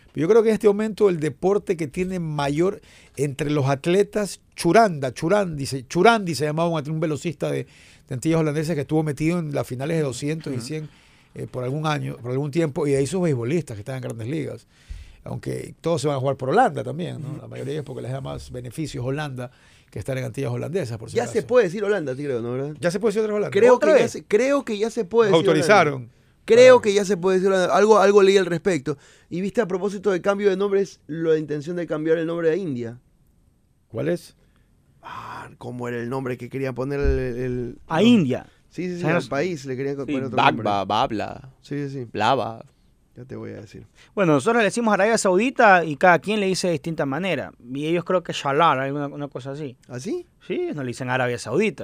H: Yo creo que en este momento el deporte que tiene mayor entre los atletas, Churandi se llamaba un velocista de Antillas Holandesas que estuvo metido en las finales de 200 y 100 por algún tiempo, y de ahí sus beisbolistas que están en grandes ligas. Aunque todos se van a jugar por Holanda también, ¿no? La mayoría es porque les da más beneficios Holanda que estar en Antillas Holandesas, por si
D: Ya
H: acaso.
D: se puede decir Holanda, sí, creo, ¿no? ¿Verdad?
H: Ya se puede decir otra Holanda.
D: Creo que ya se puede decir
H: Autorizaron.
D: Holanda. Creo que ya se puede decir Holanda. Algo leí al respecto. Y viste, a propósito de cambio de nombres, la intención de cambiar el nombre de India.
H: ¿Cuál es?
D: ¿Cómo era el nombre que querían poner
I: A India.
D: Sí, al país le querían poner otro nombre.
E: Babla,
D: Sí.
E: Blava.
D: Ya te voy a decir.
I: Bueno, nosotros le decimos Arabia Saudita y cada quien le dice de distinta manera. Y ellos creo que Shalal, una cosa así.
D: ¿Así?
I: Sí, no le dicen Arabia Saudita.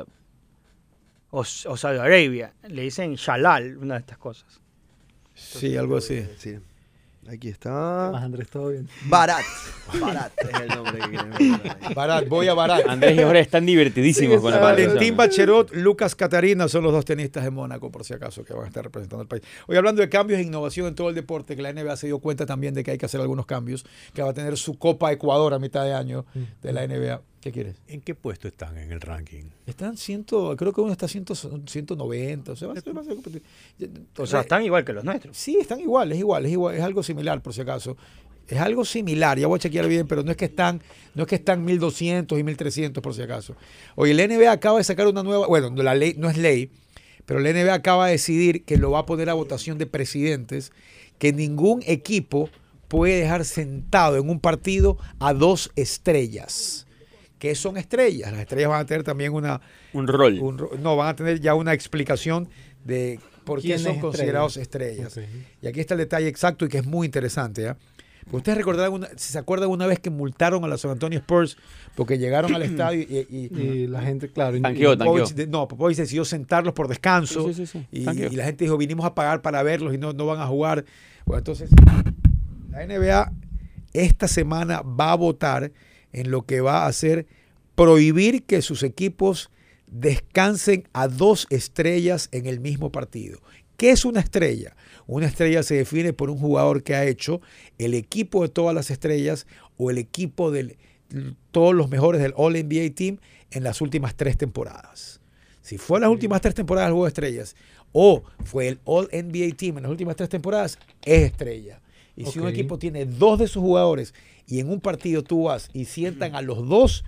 I: O Saudi Arabia. Le dicen Shalal, una de estas cosas.
H: Sí, algo así.
D: Sí. Aquí está.
C: Andrés, todo bien.
D: Barat es el nombre que queremos.
H: Barat, voy a Barat.
E: Andrés y Jorge están divertidísimos con la
H: Valentín
E: conversación.
H: Baccherot, Lucas Catarina son los dos tenistas de Mónaco, por si acaso, que van a estar representando al país. Hoy hablando de cambios e innovación en todo el deporte, que la NBA se dio cuenta también de que hay que hacer algunos cambios, que va a tener su Copa Ecuador a mitad de año de la NBA. ¿Qué quieres?
F: ¿En qué puesto están en el ranking?
H: Están creo que uno está 190, o sea, va a ser competitivo.
I: O sea, están igual que los nuestros.
H: Sí, están igual, es algo similar, por si acaso. Es algo similar, ya voy a chequear bien, pero no es que están 1200 y 1300 por si acaso. Oye, la NBA acaba de sacar una nueva, bueno, la ley no es ley, pero la NBA acaba de decidir que lo va a poner a votación de presidentes, que ningún equipo puede dejar sentado en un partido a 2 estrellas. ¿Qué son estrellas? Las estrellas van a tener también
E: Un rol.
H: van a tener ya una explicación de por qué
C: ¿Quién
H: son
C: es
H: considerados estrellas.
C: Ok.
H: Y aquí está el detalle exacto y que es muy interesante. ¿Ya? Ustedes recordarán, si se acuerdan una vez que multaron a los San Antonio Spurs porque llegaron al estadio
C: Y la gente, claro.
E: Tanqueó.
H: Popovich decidió sentarlos por descanso.
E: Sí.
H: Y
E: Tanqueó.
H: la gente dijo, vinimos a pagar para verlos y no van a jugar. Bueno, entonces, la NBA esta semana va a votar en lo que va a hacer prohibir que sus equipos descansen a 2 estrellas en el mismo partido. ¿Qué es una estrella? Una estrella se define por un jugador que ha hecho el equipo de todas las estrellas o el equipo de todos los mejores del All-NBA Team en las últimas 3 temporadas. Si fue en las últimas 3 temporadas el juego de estrellas o fue el All-NBA Team en las últimas 3 temporadas, es estrella. Y si un equipo tiene 2 de sus jugadores y en un partido tú vas y sientan a los 2,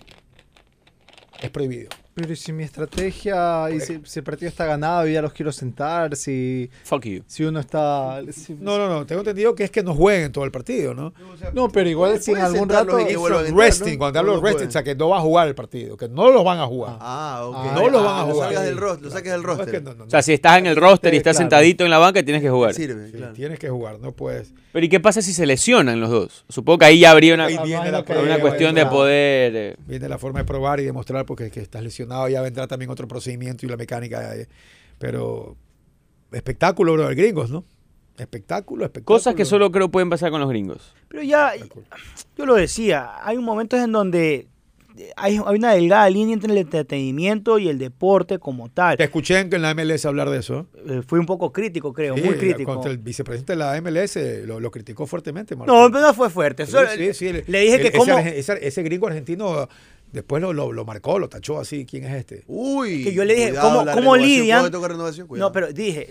H: es prohibido.
C: Pero si mi estrategia, y si el partido está ganado y ya los quiero sentar, si
E: Fuck you.
C: uno está...
H: No, tengo entendido que es que no jueguen todo el partido, ¿no?
C: No, pero igual si en algún rato...
D: y que vuelvan a entrar,
H: Resting,
D: ¿no?
H: cuando hablo de
D: No
H: resting,
D: pueden.
H: o sea, que no va a jugar el partido, que no lo van a jugar.
D: Ok.
H: No los van a
D: Lo
H: jugar.
D: saques del roster. Lo saques del
H: No, es
D: roster.
H: que no,
E: O sea, si estás en el roster y estás
C: Claro.
E: sentadito en la banca, tienes que jugar.
D: Sirve,
H: Sí,
D: claro.
H: tienes que jugar, no puedes.
E: Pero ¿y qué pasa si se lesionan los dos? Supongo que ahí ya habría una,
H: Ahí viene la
E: una cuestión de poder...
H: Viene la forma de probar y demostrar porque que estás lesionado, ya vendrá también otro procedimiento y la mecánica. Pero espectáculo, bro, de gringos, ¿no? Espectáculo.
E: Cosas que solo creo pueden pasar con los gringos.
I: Pero ya, yo lo decía, hay momentos en donde hay una delgada línea entre el entretenimiento y el deporte como tal.
H: Te escuché en la MLS hablar de eso.
I: Fui un poco crítico, creo,
H: Sí,
I: muy crítico.
H: Contra el vicepresidente de la MLS lo criticó fuertemente. Martín.
I: No, pero no fue fuerte.
H: Sí,
I: Solo-
H: sí.
I: Le dije que cómo...
H: Ese gringo argentino después lo marcó, lo tachó así. ¿Quién es este?
D: Uy.
I: Que yo le dije,
D: cuidado,
I: ¿cómo
D: la
I: cómo
D: renovación.
I: lidian?
D: ¿Cuándo toca renovación? Cuidado.
I: No, pero dije,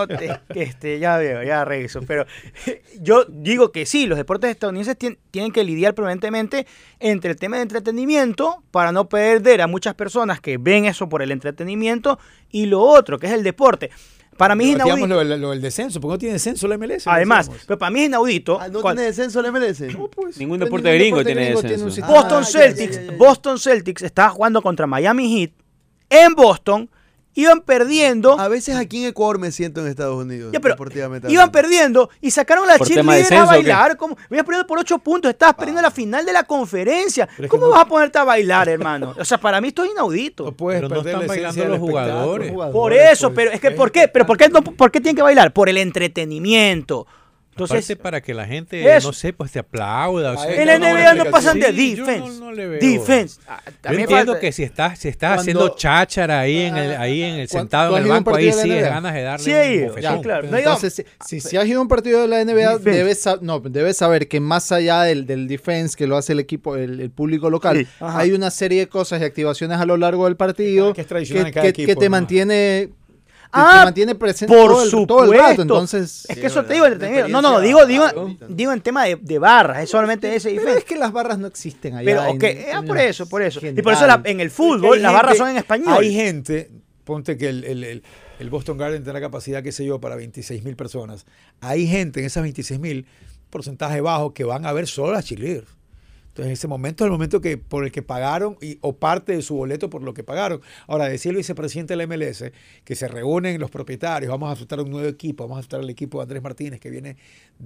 I: ya veo, ya reviso. Pero yo digo que sí, los deportes estadounidenses tienen que lidiar permanentemente entre el tema de entretenimiento para no perder a muchas personas que ven eso por el entretenimiento y lo otro, que es el deporte. Para mí es
H: Digamos
I: inaudito.
H: lo del descenso, porque no tiene descenso la MLS.
I: Además,
H: decíamos.
I: pero para mí es inaudito.
D: ¿No
I: cuando-
D: tiene descenso la MLS?
H: No, pues.
E: Ningún deporte gringo tiene
C: un
E: descenso.
C: sistema-
I: Boston
D: ya,
I: Celtics,
D: ya.
I: Boston Celtics estaba jugando contra Miami Heat en Boston, iban perdiendo.
D: A veces aquí en Ecuador me siento en Estados Unidos.
I: Ya, pero
D: deportivamente
I: iban
D: hablando.
I: perdiendo y sacaron a la
E: ¿Por tema de
I: cheerleader a
E: descenso o qué?
I: bailar. ¿Cómo? Ibas perdiendo por 8 puntos, estabas perdiendo la final de la conferencia.
H: Pero es que
I: ¿Cómo
H: no-
I: vas a ponerte a bailar, hermano? O sea, para mí esto es inaudito.
H: No puedes
F: Pero no
H: perder
F: están
H: la esencia
F: bailando
H: del
F: los
H: espectáculo.
F: jugadores.
I: Por eso, pero es que ¿por qué? ¿Pero por qué tienen que bailar? Por el entretenimiento. Entonces,
F: Aparte para que la gente,
I: eso.
F: no sé, pues te aplauda. O sea,
H: En
I: en la
H: una
I: NBA no
H: buena
I: pasan de
F: Sí, yo
I: defense.
F: no le veo.
I: Defense.
F: Yo
I: También
F: entiendo
I: falta-
F: que si estás
C: Cuando-
F: haciendo cháchara ahí en el sentado
C: ¿tú
F: en
C: has
F: el
C: ido a un
F: banco, ahí
C: partido de
F: sí
C: la
F: es
C: NBA?
F: ganas de darle
I: Sí,
F: un
I: ya,
F: bofetón.
I: claro.
C: Pero
I: No digamos-
C: entonces, si has ido a un partido de la NBA,
I: Defense.
C: debes saber que más allá del defense que lo hace el equipo, el público local,
I: Sí, ajá.
C: hay una serie de cosas y activaciones a lo largo del partido
H: Que es tradicional en cada
C: que
H: equipo,
C: te
H: ¿no?
C: mantiene...
I: Ah,
C: te mantiene presente
I: por
C: todo el
I: supuesto.
C: rato, entonces...
I: Es
D: Sí,
I: que eso
D: es
I: te digo,
D: verdad.
I: entretenido.
D: Una
I: No,
D: experiencia
I: digo en tema de barras, es solamente ese
C: Pero
I: defense.
C: es que las barras no existen allá.
I: Pero,
C: en-
I: ok,
C: en
I: por
C: la
I: eso. Y por eso
C: general.
I: en el
H: Porque
I: fútbol
H: hay
I: las barras
H: gente-
I: son en español.
H: Hay gente, ponte que el Boston Garden tiene la capacidad, qué sé yo, para 26,000 personas. Hay gente en esas 26,000, porcentaje bajo, que van a ver solo las cheerleaders. Entonces, ese momento es el momento por el que pagaron o parte de su boleto por lo que pagaron. Ahora, decía el vicepresidente de la MLS que se reúnen los propietarios, vamos a asustar un nuevo equipo, vamos a asustar al equipo de Andrés Martínez que viene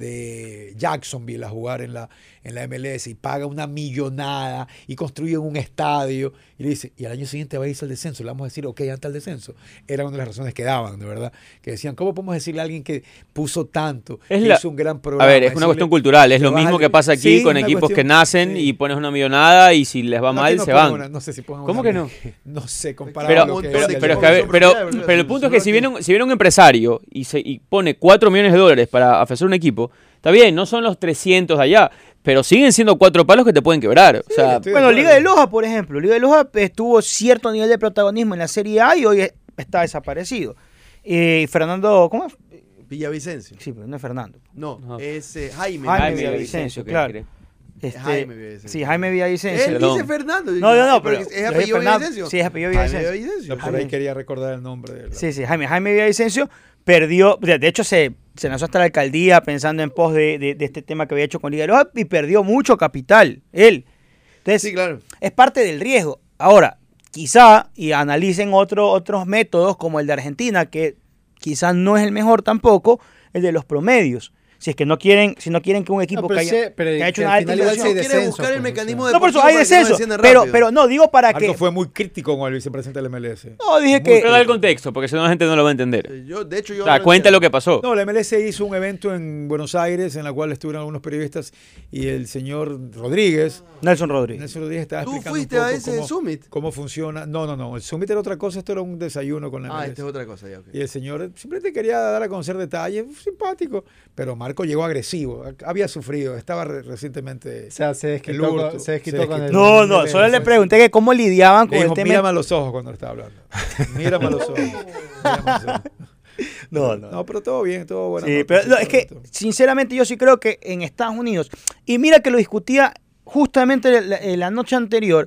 H: de Jacksonville a jugar en la MLS y paga una millonada y construyen un estadio y le dice, y al año siguiente va a irse al descenso, le vamos a decir, ok, ante el descenso. Era una de las razones que daban, de verdad, que decían, ¿cómo podemos decirle a alguien que puso tanto,
E: Es
H: que
E: la-
H: hizo un gran programa?
E: A ver, es una
H: decirle,
E: cuestión cultural, es
H: te
E: lo
H: vas
E: mismo
H: al-
E: que pasa aquí
H: Sí,
E: con
H: una
E: equipos que
H: cuestión-
E: nacen
H: sí.
E: y pones una millonada y si les va
H: No,
E: mal
H: que no
E: se
H: pongan
E: van.
H: una- no sé si pongan
E: ¿Cómo
H: una-
E: que no?
H: No sé, comparado
E: Pero,
H: a lo que
E: pero,
H: es
E: pero,
H: el-
E: es que, a ver, pero el punto es que si viene un empresario y pone 4 millones de dólares para ofrecer un equipo, está bien, no son los 300 de allá, pero siguen siendo 4 palos que te pueden quebrar. O sea,
H: estoy de
I: Bueno,
H: acuerdo.
I: Liga de Loja, por ejemplo. Liga de Loja tuvo cierto nivel de protagonismo en la Serie A y hoy está desaparecido. Fernando, ¿cómo es?
D: Villavicencio.
I: Sí, pero no es Fernando.
D: No,
E: No.
D: es Jaime.
I: Jaime
E: Villavicencio,
I: Villavicencio, claro.
D: Jaime Villavicencio.
I: Sí, Jaime Villavicencio.
D: Él
E: Perdón.
D: dice Fernando.
I: No, pero
D: ¿Es
I: yo dije
D: apellido
I: Fernando.
D: Villavicencio?
I: Sí, es apellido
D: Jaime
I: Villavicencio.
D: Villavicencio.
H: No, por ahí quería recordar el nombre de él.
I: Sí, Jaime Villavicencio perdió, de hecho se lanzó hasta la alcaldía pensando en pos de este tema que había hecho con Liga de Loja y perdió mucho capital, él. Entonces,
D: Sí, claro.
I: es parte del riesgo. Ahora, quizá, y analicen otros métodos como el de Argentina, que quizás no es el mejor tampoco, el de los promedios. Si es que no quieren que un equipo que ha hecho una alta
C: igual
I: inversión-
C: sí hay
D: Quiere
C: descenso,
D: buscar el
C: pues,
D: mecanismo
I: No, por eso
D: deportivo
I: hay
D: para que no
I: descenso,
D: desciendan
I: pero
D: rápido.
I: no digo para
H: Marco
I: que...
H: fue muy crítico con el vicepresidente del MLS.
I: No, dije
H: Muy
I: que...
E: pero da el contexto, porque si no la gente no lo va a entender.
D: De hecho, yo
E: O sea,
D: no
E: cuenta
D: entiendo.
E: lo que pasó.
H: No, la MLS hizo un evento en Buenos Aires en la cual estuvieron algunos periodistas y el señor Rodríguez,
I: Nelson Rodríguez.
H: Nelson Rodríguez estaba
D: ¿Tú
H: explicando
D: fuiste
H: un poco
D: a ese summit?
H: cómo funciona. No, el summit era otra cosa, esto era un desayuno con la MLS.
D: Ah, esta es otra cosa ya. ok.
H: Y el señor simplemente quería dar a conocer detalles, simpático, pero Marco llegó agresivo, había sufrido, estaba recientemente...
C: O sea, se
H: El
C: desquitó,
H: hurto,
C: se desquitó
H: se
C: con el...
H: desquitó.
I: No, solo le pregunté que cómo lidiaban con
H: Le
I: el
H: dijo,
I: tema...
H: mírame a los ojos cuando le estaba hablando. Mírame a los ojos. Mírame a los ojos. No, pero todo bien, todo bueno.
I: Sí, pero no, es que sinceramente yo sí creo que en Estados Unidos, y mira que lo discutía justamente la noche anterior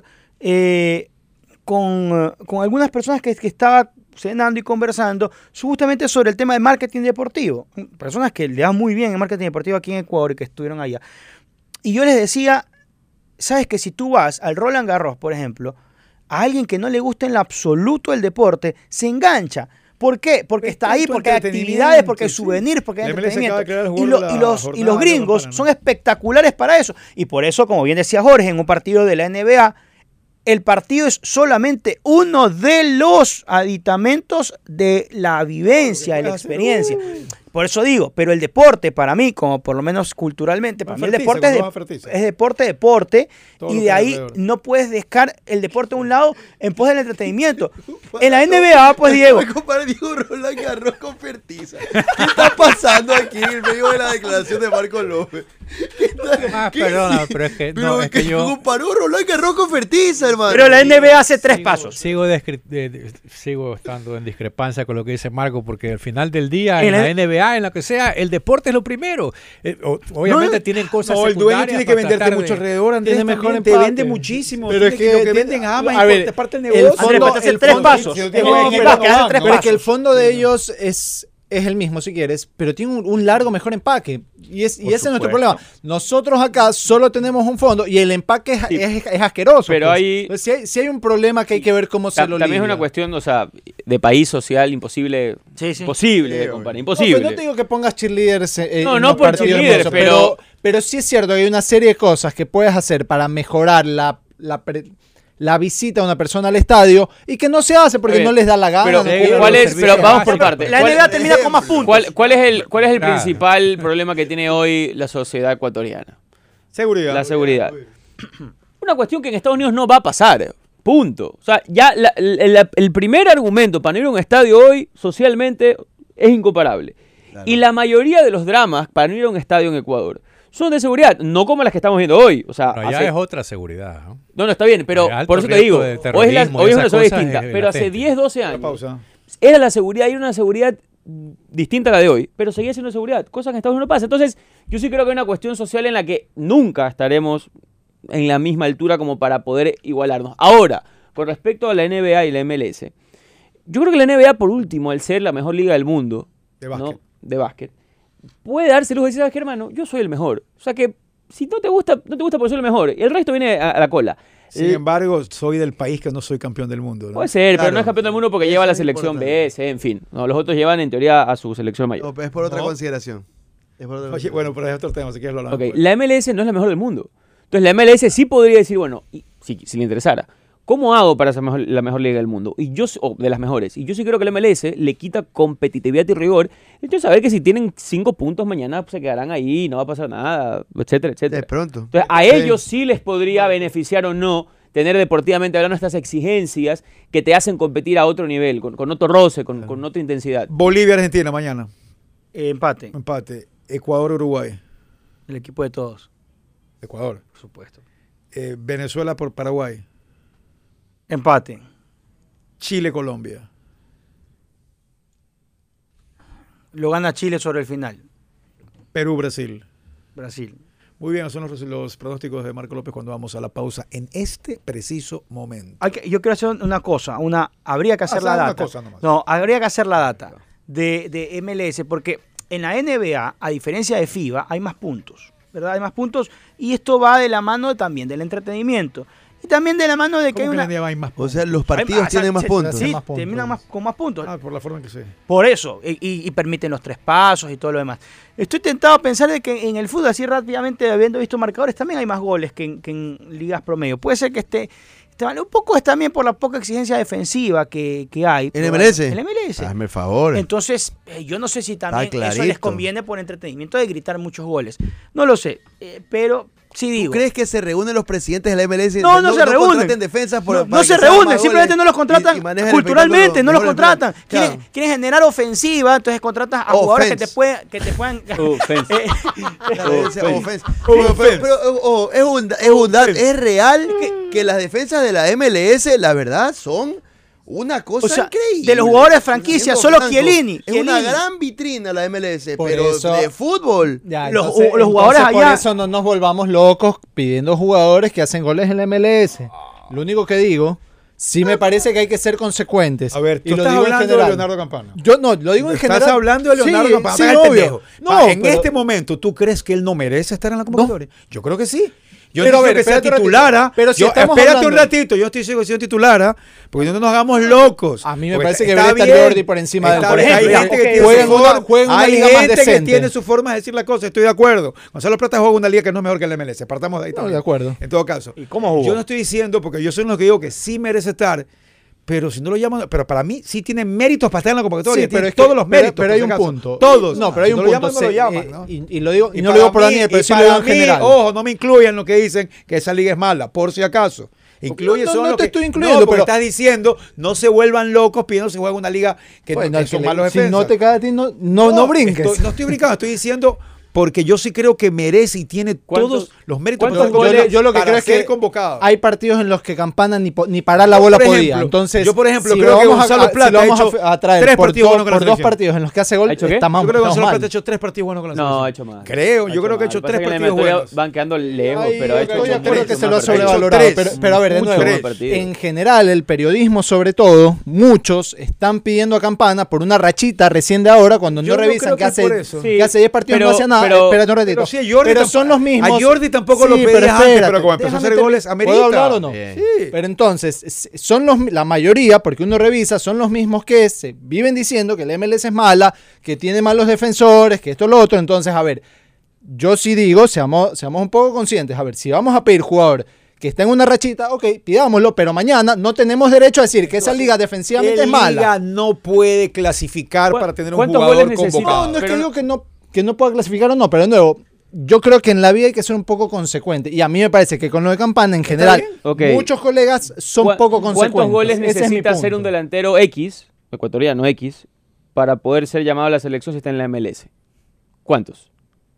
I: con algunas personas que estaba cenando y conversando justamente sobre el tema de marketing deportivo, personas que le dan muy bien en marketing deportivo aquí en Ecuador y que estuvieron allá. Y yo les decía, sabes que si tú vas al Roland Garros, por ejemplo, a alguien que no le gusta en lo absoluto el deporte, se engancha. ¿Por qué? Porque
H: Es
I: está ahí,
H: tanto
I: porque hay
H: entretenimiento,
I: actividades, porque hay
H: sí.
I: souvenirs, porque hay
H: La MLS
I: entretenimiento.
H: acaba de crear el
I: Y,
H: juego de la
I: y los
H: jornada de
I: gringos
H: Paraná.
I: son espectaculares para eso. Y por eso, como bien decía Jorge, en un partido de la NBA, el partido es solamente uno de los aditamentos de la vivencia, de la experiencia. Por eso digo, pero el deporte para mí, como por lo menos culturalmente, para mí el deporte es deporte,
H: Todo
I: y
H: lo
I: de
H: que hay
I: ahí
H: alrededor.
I: no puedes dejar el deporte a un lado en pos del entretenimiento. En la NBA, pues Diego,
D: Me comparé Diego Roland Garros con Fertiza. ¿Qué está pasando aquí en medio de la declaración de Marco López?
F: Perdona, pero es que, no, es que yo
D: comparó Roland Garros con Fertiza, hermano.
I: pero la NBA hace tres pasos.
F: sigo estando en discrepancia con lo que dice Marco, porque al final del día,
I: En
F: en
I: la-
F: la NBA, en lo que sea, el deporte es lo primero. Obviamente tienen cosas
H: No, el dueño
F: secundarias
H: tiene que
F: para
H: venderte
F: tratar
H: mucho
F: de-
H: alrededor, Andrés.
C: Tiene mejor
H: También te
C: empaque.
H: vende muchísimo.
C: Pero es
H: Tiene
C: que
H: lo que venden ama
C: a ver,
H: es parte del
C: el
H: negocio.
I: Andrés,
C: fondo-
I: pero te hace
C: el
I: tres
C: fondo-
I: pasos.
H: Si no
I: No,
H: tiene buen
I: pero
H: equipo,
I: es que hace
H: no
I: tres
H: van.
C: Pero es que el
I: pasos.
C: fondo de ellos es el mismo si quieres, pero tiene un largo mejor empaque. Y ese es nuestro problema. Nosotros acá solo tenemos un fondo y el empaque es asqueroso.
E: Pero
C: pues.
E: hay-
C: Entonces, si hay un problema que hay que ver cómo se lo
E: También es
C: lidia.
E: una cuestión, o sea, de país social imposible,
I: Sí, sí.
E: imposible de comparar,
C: No,
E: imposible.
C: pero no te digo que pongas cheerleaders
E: No,
C: en
E: no
C: los
E: por
C: partidos
E: cheerleaders,
C: hermosos,
E: pero-
C: pero sí es cierto que hay una serie de cosas que puedes hacer para mejorar la visita de una persona al estadio y que no se hace porque no les da la gana.
E: Pero vamos por partes.
I: La NBA termina con más puntos.
E: ¿Cuál es el principal problema que tiene hoy la sociedad ecuatoriana?
H: Seguridad.
E: La seguridad. Una cuestión que en Estados Unidos no va a pasar. Punto. O sea, ya el primer argumento para no ir a un estadio hoy, socialmente, es incomparable. Claro. Y la mayoría de los dramas para no ir a un estadio en Ecuador son de seguridad, no como las que estamos viendo hoy. O sea,
F: pero ya es otra seguridad, ¿no?
E: No, está bien, pero por eso te digo, hoy es una seguridad distinta, pero hace 10, 12 años era la seguridad y era una seguridad distinta a la de hoy, pero seguía siendo seguridad, cosa que en Estados Unidos no pasa. Entonces, yo sí creo que hay una cuestión social en la que nunca estaremos en la misma altura como para poder igualarnos. Ahora, con respecto a la NBA y la MLS, yo creo que la NBA, por último, al ser la mejor liga del mundo de básquet, puede darse luz de decir, ¿sabes qué, hermano? Yo soy el mejor. O sea que si no te gusta porque soy el mejor. Y el resto viene a la cola.
H: Sin embargo, soy del país que no soy campeón del mundo, ¿no?
E: Puede ser, pero no es campeón del mundo porque lleva a la selección B, C, en fin. No, los otros llevan en teoría a su selección mayor.
D: No, es por otra consideración.
H: Oye, bueno, pero es otro tema, si quieres lo hablamos.
E: Okay. La MLS no es la mejor del mundo. Entonces la MLS sí podría decir, bueno, si le interesara, ¿cómo hago para ser la mejor liga del mundo? De las mejores. Y yo sí creo que la MLS le quita competitividad y rigor. Entonces, saber que si tienen 5 puntos mañana pues, se quedarán ahí, no va a pasar nada, etcétera, etcétera.
D: De pronto.
E: Entonces, a ellos sí les podría beneficiar o no tener deportivamente hablando estas exigencias que te hacen competir a otro nivel, con otro roce, con otra intensidad.
H: Bolivia-Argentina mañana.
I: Empate.
H: Ecuador-Uruguay.
I: El equipo de todos.
H: Ecuador.
I: Por supuesto.
H: Venezuela por Paraguay.
I: Empate.
H: Chile-Colombia.
I: Lo gana Chile sobre el final.
H: Perú-Brasil.
I: Brasil.
H: Muy bien, son los pronósticos de Marco López cuando vamos a la pausa en este preciso momento.
I: Yo quiero hacer una cosa. Habría que hacer la data. Habría que hacer la data de MLS porque en la NBA, a diferencia de FIBA, hay más puntos. ¿Verdad? Hay más puntos y esto va de la mano también del entretenimiento. Y también de la mano de que hay una...
H: hay más puntos?
D: O sea, los partidos tienen más puntos.
I: Sí, terminan con más puntos.
H: Por la forma en que se...
I: Por eso, y permiten los 3 pasos y todo lo demás. Estoy tentado a pensar de que en el fútbol, así rápidamente, habiendo visto marcadores, también hay más goles que en ligas promedio. Puede ser que un poco es también por la poca exigencia defensiva que hay.
D: ¿En MLS?
I: En MLS.
D: Hazme el favor.
I: Entonces, yo no sé si también eso les conviene por entretenimiento de gritar muchos goles. No lo sé, pero sí digo.
D: ¿Tú crees que se reúnen los presidentes de la MLS?
I: No se reúnen.
D: Contraten defensas
I: no se reúnen, simplemente no los contratan culturalmente, no los contratan. Quieren generar ofensiva, entonces contratan a jugadores que te puedan...
D: Pero es real que las defensas de la MLS, la verdad, son una cosa increíble.
I: De los jugadores de franquicia, solo Chiellini.
D: Es una gran vitrina la MLS, pero de fútbol.
I: Los jugadores allá...
C: Por eso no nos volvamos locos pidiendo jugadores que hacen goles en la MLS. Lo único que digo... Sí me parece que hay que ser consecuentes.
H: A ver, tú estás hablando de Leonardo Campana.
C: Yo no, lo digo en general.
H: Estás hablando de Leonardo Campana.
C: Sí, obvio.
H: En este momento, ¿tú crees que él no merece estar en la convocatoria? Yo creo que sí. Yo no creo que sea titulara.
C: Pero si
H: espérate un ratito, yo estoy seguro que sea titulara, porque no nos hagamos locos.
C: A mí me parece que debería estar Jordi por encima del...
H: Por ejemplo, hay gente que tiene su forma de decir la cosa, estoy de acuerdo. Gonzalo Plata juega una liga que no es mejor que el MLS, partamos de ahí también.
C: De acuerdo.
H: En todo caso.
I: ¿Y cómo jugó?
H: Yo no estoy diciendo, porque yo soy uno que digo que sí merece estar, pero si no lo llaman, pero para mí sí tiene méritos para estar en la convocatoria,
C: sí,
H: tiene todos los méritos.
C: Pero hay un punto.
H: Todos.
C: No, pero hay un punto.
H: No lo llaman, ¿no?
C: Y lo digo, y no lo digo por Daniel, pero sí lo digo en general.
H: Ojo, no me incluyan lo que dicen que esa liga es mala, por si acaso.
C: No te estoy incluyendo,
H: pero estás diciendo, no se vuelvan locos pidiendo se juega una liga que son malos defensas.
C: Si no te cae a ti, no brinques.
H: No estoy brincando, estoy diciendo... Porque yo sí creo que merece y tiene todos los méritos
C: yo lo que creo es que
H: convocado.
C: Hay partidos en los que Campana ni parar la bola podía. Entonces,
H: yo, por ejemplo, creo que Gonzalo Plata ha hecho
C: tres partidos buenos con la selección. Por 2 partidos en los que hace gol, está mal.
H: Yo creo que Gonzalo Plata ha hecho 3 partidos buenos con la selección.
E: No, ha hecho más.
H: Yo creo que ha hecho 3 partidos buenos.
E: Van quedando lejos, pero ha hecho
C: Yo creo que se lo ha
E: más
C: sobrevalorado. Pero a ver, de nuevo, en general, el periodismo sobre todo, muchos están pidiendo a Campana por una rachita recién de ahora, cuando no revisan que hace 10 partidos no hacía nada. Espérate un ratito. Pero son los mismos.
H: A Jordi tampoco lo pedías antes, pero como empezó a hacer goles, amerita.
C: ¿Puedo hablar o no? Sí. Pero entonces, son la mayoría, porque uno revisa, son los mismos que se viven diciendo que la MLS es mala, que tiene malos defensores, que esto lo otro. Entonces, a ver, yo sí digo, seamos un poco conscientes. A ver, si vamos a pedir jugador que está en una rachita, ok, pidámoslo, pero mañana no tenemos derecho a decir que esa liga defensivamente es mala.
H: La liga no puede clasificar para tener un
E: ¿cuántos
H: jugador
E: goles necesita?
H: convocado.
C: No es
E: Pero
C: que
E: no-
C: digo que no pueda clasificar o no, pero de nuevo, yo creo que en la vida hay que ser un poco consecuente. Y a mí me parece que con lo de Campana, en general,
H: bien?
E: Ok.
C: muchos colegas son poco consecuentes.
E: ¿Cuántos goles
C: Ese es mi
E: necesita ser
C: punto.
E: un delantero X, ecuatoriano X, para poder ser llamado a la selección si está en la MLS? ¿Cuántos?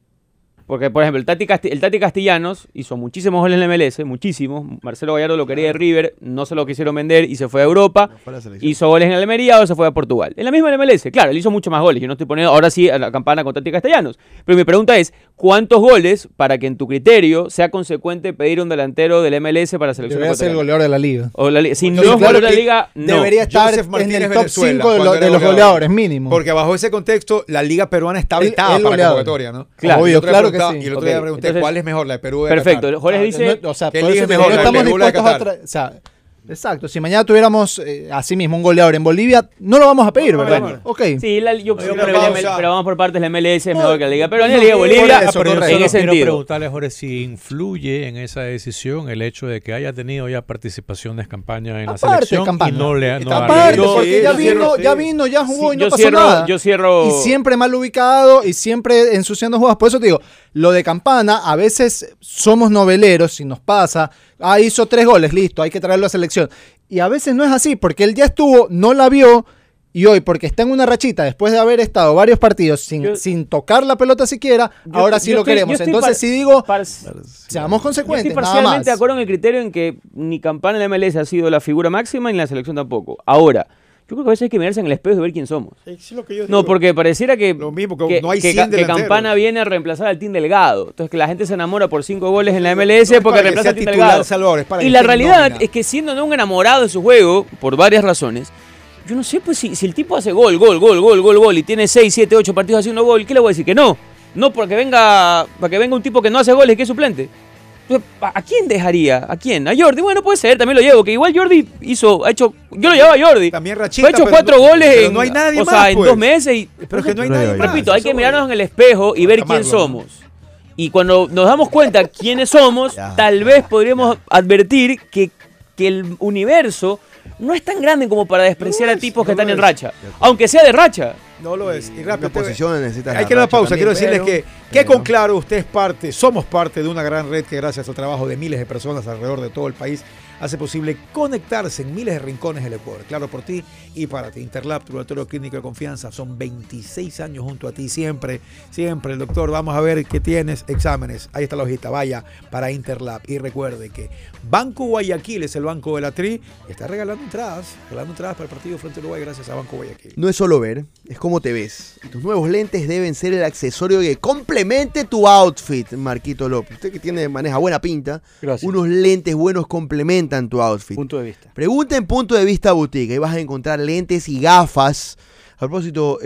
E: Porque, por ejemplo, el Tati Castellanos hizo muchísimos goles en la MLS, muchísimos. Marcelo Gallardo lo quería de River, no se lo quisieron vender y se fue a Europa.
D: Fue a la selección.
E: Hizo goles en el Almería o se fue a Portugal. En la misma MLS, claro, él hizo muchos más goles. Yo no estoy poniendo ahora sí a la Campana con Tati Castellanos. Pero mi pregunta es, ¿cuántos goles para que en tu criterio sea consecuente pedir un delantero del MLS para la selección
C: Debería ser el
E: ecuatoriana?
C: goleador de la liga.
E: O la liga. Si
C: Sí,
E: no es
C: claro
E: goleador de la
C: que
E: liga, no.
C: Debería estar
H: Joseph
C: en
H: Martínez,
C: el top
H: Venezuela,
C: 5
H: cuando era
C: de los
H: goleador.
C: goleadores, mínimo.
H: Porque bajo ese contexto, la liga peruana está
C: El
H: vetada para la
C: goleador.
H: convocatoria, ¿no?
E: Claro.
C: Obvio,
H: Y el otro día
C: claro que
H: preguntaba-
C: sí.
H: Y el otro día
E: Ok,
H: pregunté,
E: entonces-
H: ¿cuál es mejor, la de Perú o de
E: Perfecto.
H: Qatar?
E: Jorge dice...
C: O sea,
H: ¿qué
C: por
H: liga
C: eso
H: es
C: te digo,
H: mejor,
C: no
H: la de
C: estamos
H: Perú o la de
C: dispuestos a
H: Qatar?
C: o sea, exacto. Si mañana tuviéramos así mismo un goleador en Bolivia, no lo vamos a pedir, ¿verdad?
E: Bueno.
C: Ok.
E: Sí, yo creo
H: una
E: que la
H: pausa.
E: pero vamos por partes, la MLS es
C: No,
E: mejor que la Liga Peruana y
C: no,
E: la Liga
C: por
E: Bolivia
C: eso,
E: en
C: correcto.
E: ese
F: Quiero
E: sentido.
F: preguntarle, Jorge, si influye en esa decisión el hecho de que haya tenido ya participaciones de campaña en la
C: Aparte,
F: selección
C: Campana.
F: y no le ha
C: Aparte,
H: Yo-
C: porque
H: sí,
C: ya
H: yo
C: vino,
H: cierro,
C: ya
H: sí.
C: vino, ya jugó y
E: Sí,
C: no
E: yo
C: pasó
E: cierro-
C: nada.
E: yo cierro-
C: Y siempre mal ubicado y siempre ensuciando jugadas. Por eso te digo, lo de Campana, a veces somos noveleros y nos pasa. Hizo 3 goles, listo, hay que traerlo a selección. Y a veces no es así, porque él ya estuvo, no la vio. Y hoy, porque está en una rachita, después de haber estado varios partidos sin tocar la pelota siquiera, ahora sí lo queremos. Entonces, si digo, seamos
E: Yo
C: consecuentes,
E: estoy
C: nada
E: parcialmente
C: más.
E: de acuerdo en el criterio en que ni Campana en la MLS ha sido la figura máxima ni la selección tampoco. Ahora, yo creo que a veces hay que mirarse en el espejo y ver quién somos.
H: Es lo que yo
E: No,
H: digo.
E: porque pareciera que,
H: Lo mismo, que no hay 100
E: que
H: delanteros.
E: Campana viene a reemplazar al Team Delgado. Entonces, que la gente se enamora por 5 goles en la MLS
H: no es
E: porque
H: para que
E: reemplaza
H: sea
E: al Team
H: titular,
E: Delgado.
H: Salvador, es para
E: Y
H: que
E: la
H: esté en
E: realidad
H: nómina.
E: es que siendo un enamorado de su juego, por varias razones, yo no sé pues si el tipo hace gol y tiene 6, 7, 8 partidos haciendo gol, ¿qué le voy a decir? Que no. No porque venga un tipo que no hace goles, que es suplente. Entonces, ¿a quién dejaría? ¿A quién? ¿A Jordi? Bueno, puede ser, también lo llevo. Que igual Jordi ha hecho. Yo lo llevaba a Jordi.
H: También rachita,
E: Ha hecho
H: pero
E: 4
H: no-
E: goles
H: pero
E: en,
H: no hay nadie
E: o
H: más,
E: sea, en
H: pues.
E: 2 meses. Y,
H: Pero que no hay
D: No,
H: nadie
D: no,
H: más.
E: repito, hay que
H: Eso
E: mirarnos
H: es.
E: en el espejo y ver
H: Llamarlo,
E: quién somos. Y cuando nos damos cuenta quiénes somos, tal vez podríamos advertir que el universo no es tan grande como para despreciar
H: No
E: a
H: es,
E: tipos que
H: no
E: están
H: lo
E: en
H: es.
E: racha. Aunque sea de racha.
H: No lo es. Y
D: En
H: rápido,
D: una posición necesitas
H: hay
D: la
H: que dar una
D: racha
H: pausa.
D: también,
H: Quiero decirles que
D: pero-
H: con Claro usted es parte, somos parte de una gran red que gracias al trabajo de miles de personas alrededor de todo el país hace posible conectarse en miles de rincones del Ecuador. Claro por ti y para ti. Interlab, tu laboratorio clínico de confianza. Son 26 años junto a ti. Siempre, siempre. El doctor, vamos a ver qué tienes. Exámenes. Ahí está la hojita. Vaya para Interlab. Y recuerde que Banco Guayaquil es el banco de la Tri. Y está regalando entradas para el partido frente a Uruguay gracias a Banco Guayaquil.
D: No es solo ver, es cómo te ves. Y tus nuevos lentes deben ser el accesorio que complemente tu outfit, Marquito López. Usted que maneja buena pinta,
I: Gracias.
D: unos lentes buenos complementan tu outfit.
I: Punto de vista.
D: Pregunta en Punto de Vista Boutique. Ahí vas a encontrar lentes y gafas. A propósito,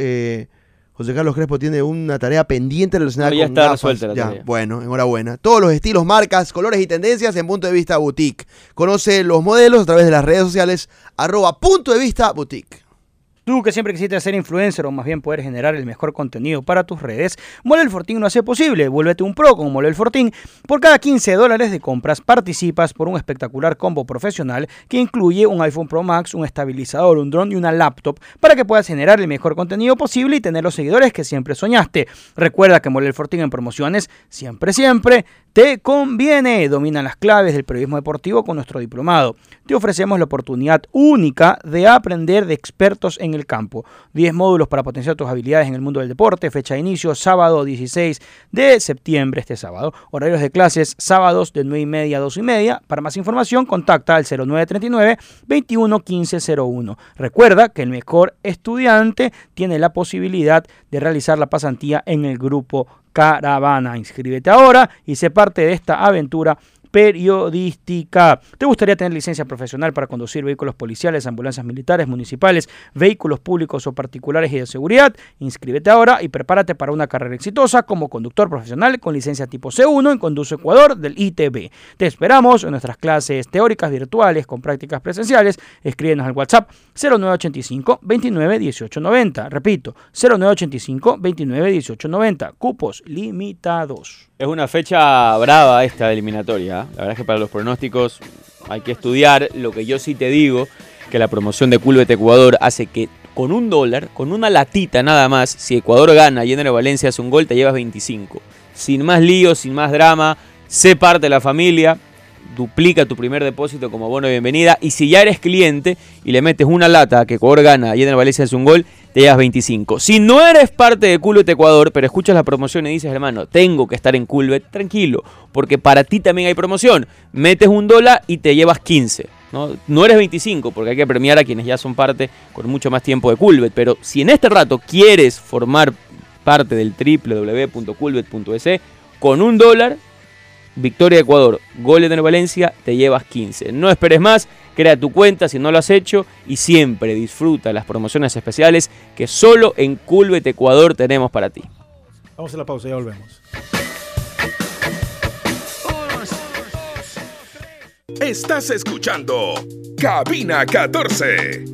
D: José Carlos Crespo tiene una tarea pendiente relacionada
E: No, ya
D: con
E: está
D: gafas.
E: resuelta la
D: Ya,
E: tarea.
D: bueno, enhorabuena. Todos los estilos, marcas, colores y tendencias en Punto de Vista Boutique. Conoce los modelos a través de las redes sociales @Punto de Vista Boutique.
I: Tú que siempre quisiste ser influencer o más bien poder generar el mejor contenido para tus redes, Mole El Fortín lo hace posible. Vuélvete un pro con Mole El Fortín. Por cada $15 de compras participas por un espectacular combo profesional que incluye un iPhone Pro Max, un estabilizador, un dron y una laptop para que puedas generar el mejor contenido posible y tener los seguidores que siempre soñaste. Recuerda que Mole El Fortín en promociones siempre te conviene. Domina las claves del periodismo deportivo con nuestro diplomado. Te ofrecemos la oportunidad única de aprender de expertos en el campo. 10 módulos para potenciar tus habilidades en el mundo del deporte. Fecha de inicio, sábado 16 de septiembre, este sábado. Horarios de clases, sábados de 9:30 a 2:30. Para más información, contacta al 0939 21 15 01. Recuerda que el mejor estudiante tiene la posibilidad de realizar la pasantía en el grupo Caravana. Inscríbete ahora y sé parte de esta aventura periodística. ¿Te gustaría tener licencia profesional para conducir vehículos policiales, ambulancias militares, municipales, vehículos públicos o particulares y de seguridad? Inscríbete ahora y prepárate para una carrera exitosa como conductor profesional con licencia tipo C1 en Conduce Ecuador del ITB. Te esperamos en nuestras clases teóricas virtuales con prácticas presenciales. Escríbenos al WhatsApp 0985 29 18 90. Repito, 0985 29 18 90. Cupos limitados.
E: Es una fecha brava esta eliminatoria. La verdad es que para los pronósticos hay que estudiar. Lo que yo sí te digo, que la promoción de Coolbet Ecuador hace que con $1, con una latita nada más, si Ecuador gana y Ener Valencia hace un gol, te llevas 25. Sin más líos, sin más drama, sé parte de la familia, duplica tu primer depósito como bono de bienvenida, y si ya eres cliente y le metes una lata a que Ecuador gana y Ener Valencia hace un gol, te llevas 25. Si no eres parte de Coolbet Ecuador, pero escuchas la promoción y dices, hermano, tengo que estar en Coolbet, tranquilo, porque para ti también hay promoción. Metes $1 y te llevas 15. No eres 25, porque hay que premiar a quienes ya son parte con mucho más tiempo de Coolbet. Pero si en este rato quieres formar parte del www.coolbet.es, con $1, victoria de Ecuador, gol de Ener Valencia, te llevas 15. No esperes más, crea tu cuenta si no lo has hecho y siempre disfruta las promociones especiales que solo en Coolbet Ecuador tenemos para ti.
H: Vamos a la pausa, ya volvemos.
A: Estás escuchando Cabina 14.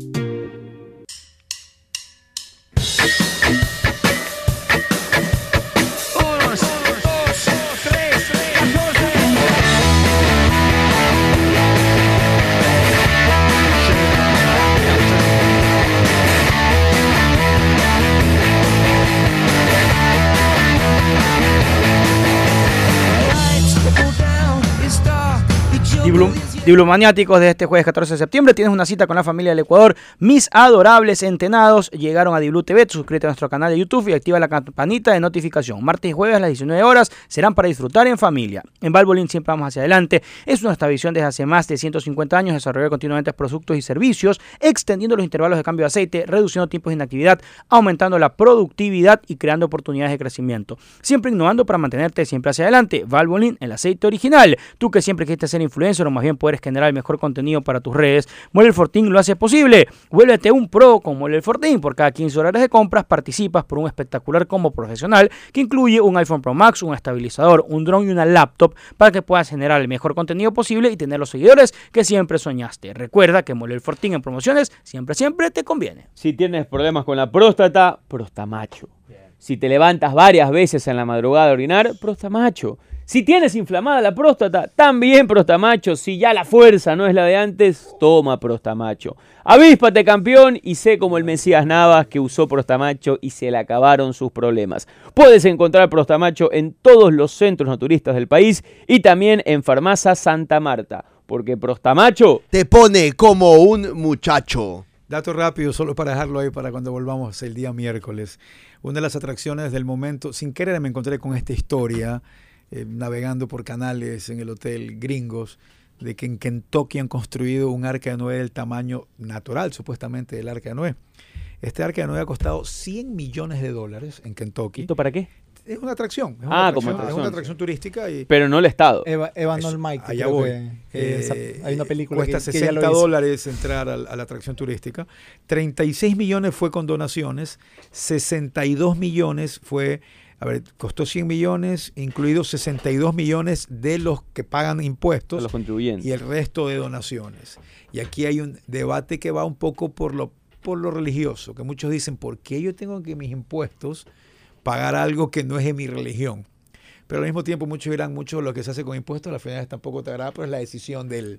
I: Diblumaniáticos de este jueves 14 de septiembre, tienes una cita con la familia del Ecuador. Mis adorables entenados llegaron a Diblu TV. Suscríbete a nuestro canal de YouTube y activa la campanita de notificación. Martes y jueves a las 19 horas serán para disfrutar en familia. En Valvoline siempre vamos hacia adelante. Es nuestra visión desde hace más de 150 años desarrollar continuamente productos y servicios, extendiendo los intervalos de cambio de aceite, reduciendo tiempos de inactividad, aumentando la productividad y creando oportunidades de crecimiento. Siempre innovando para mantenerte siempre hacia adelante. Valvoline, el aceite original. Tú que siempre quisiste ser influencer o más bien poder generar el mejor contenido para tus redes, Mueble El Fortín lo hace posible. Vuélvete un pro con Mueble El Fortín. Por cada 15 dólares de compras participas por un espectacular combo profesional que incluye un iPhone Pro Max, un estabilizador, un dron y una laptop para que puedas generar el mejor contenido posible y tener los seguidores que siempre soñaste. Recuerda que Mueble El Fortín en promociones siempre te conviene.
E: Si tienes problemas con la próstata, Prostamacho. Si te levantas varias veces en la madrugada a orinar, Prostamacho. Si tienes inflamada la próstata, también Prostamacho. Si ya la fuerza no es la de antes, toma Prostamacho. Avíspate, campeón, y sé como el Mesías Navas que usó Prostamacho y se le acabaron sus problemas. Puedes encontrar Prostamacho en todos los centros naturistas del país y también en Farmacia Santa Marta, porque Prostamacho
D: te pone como un muchacho.
H: Dato rápido, solo para dejarlo ahí para cuando volvamos el día miércoles. Una de las atracciones del momento, sin querer me encontré con esta historia, navegando por canales en el hotel gringos, de que en Kentucky han construido un arca de Noé del tamaño natural, supuestamente, del arca de Noé. Este arca de Noé ha costado $100 millones en Kentucky.
E: ¿Esto para qué?
H: Es una atracción. Es una atracción turística.
E: Pero no el Estado.
C: Evan Almighty.
H: Allá voy.
C: Hay una película
H: cuesta
C: que
H: $60 entrar a la atracción turística. 36 millones fue con donaciones. 62 millones fue... costó 100 millones, incluidos 62 millones de los que pagan impuestos,
E: los contribuyentes,
H: y el resto de donaciones. Y aquí hay un debate que va un poco por lo religioso, que muchos dicen, ¿por qué yo tengo que mis impuestos pagar algo que no es de mi religión? Pero al mismo tiempo muchos dirán, mucho de lo que se hace con impuestos, a la final tampoco te agrada, pero es la decisión del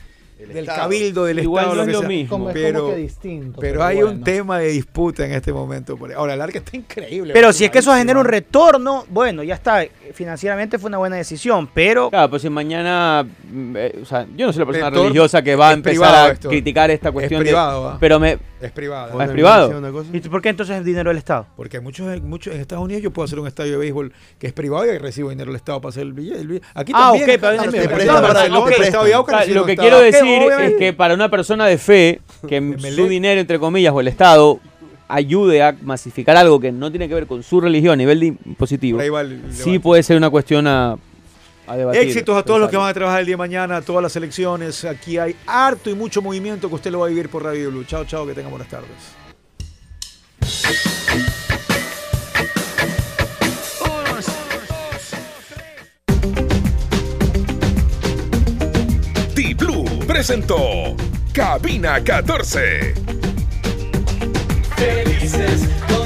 H: cabildo, del
E: igual
H: Estado,
E: no
H: lo
E: es
H: que
E: lo
H: sea.
E: mismo.
C: Pero distinto.
H: Pero hay un tema de disputa en este momento. Ahora, el arca está increíble.
I: Pero si es que eso genera un retorno, bueno, ya está. Financieramente fue una buena decisión, pero...
E: Claro, pues si mañana... o sea, yo no soy la persona religiosa que va a empezar a criticar esta cuestión.
H: Es privado,
E: pero
H: es privado.
E: ¿Es privado?
I: ¿Y por qué entonces es dinero del Estado?
H: Porque muchos en Estados Unidos yo puedo hacer un estadio de béisbol que es privado y recibo dinero del Estado para hacer el billete. Aquí también.
I: Ok, pero
D: te prestan para
E: lo que quiero decir es que para una persona de fe, que su dinero, entre comillas, o el Estado ayude a masificar algo que no tiene que ver con su religión a nivel de impositivo, sí puede ser una cuestión a debatir.
H: Éxitos a todos los que van a trabajar el día de mañana, a todas las elecciones. Aquí hay harto y mucho movimiento que usted lo va a vivir por Radio Blue. Chao, chao, que tengan buenas tardes.
A: T-Blue presentó Cabina 14.
B: Felices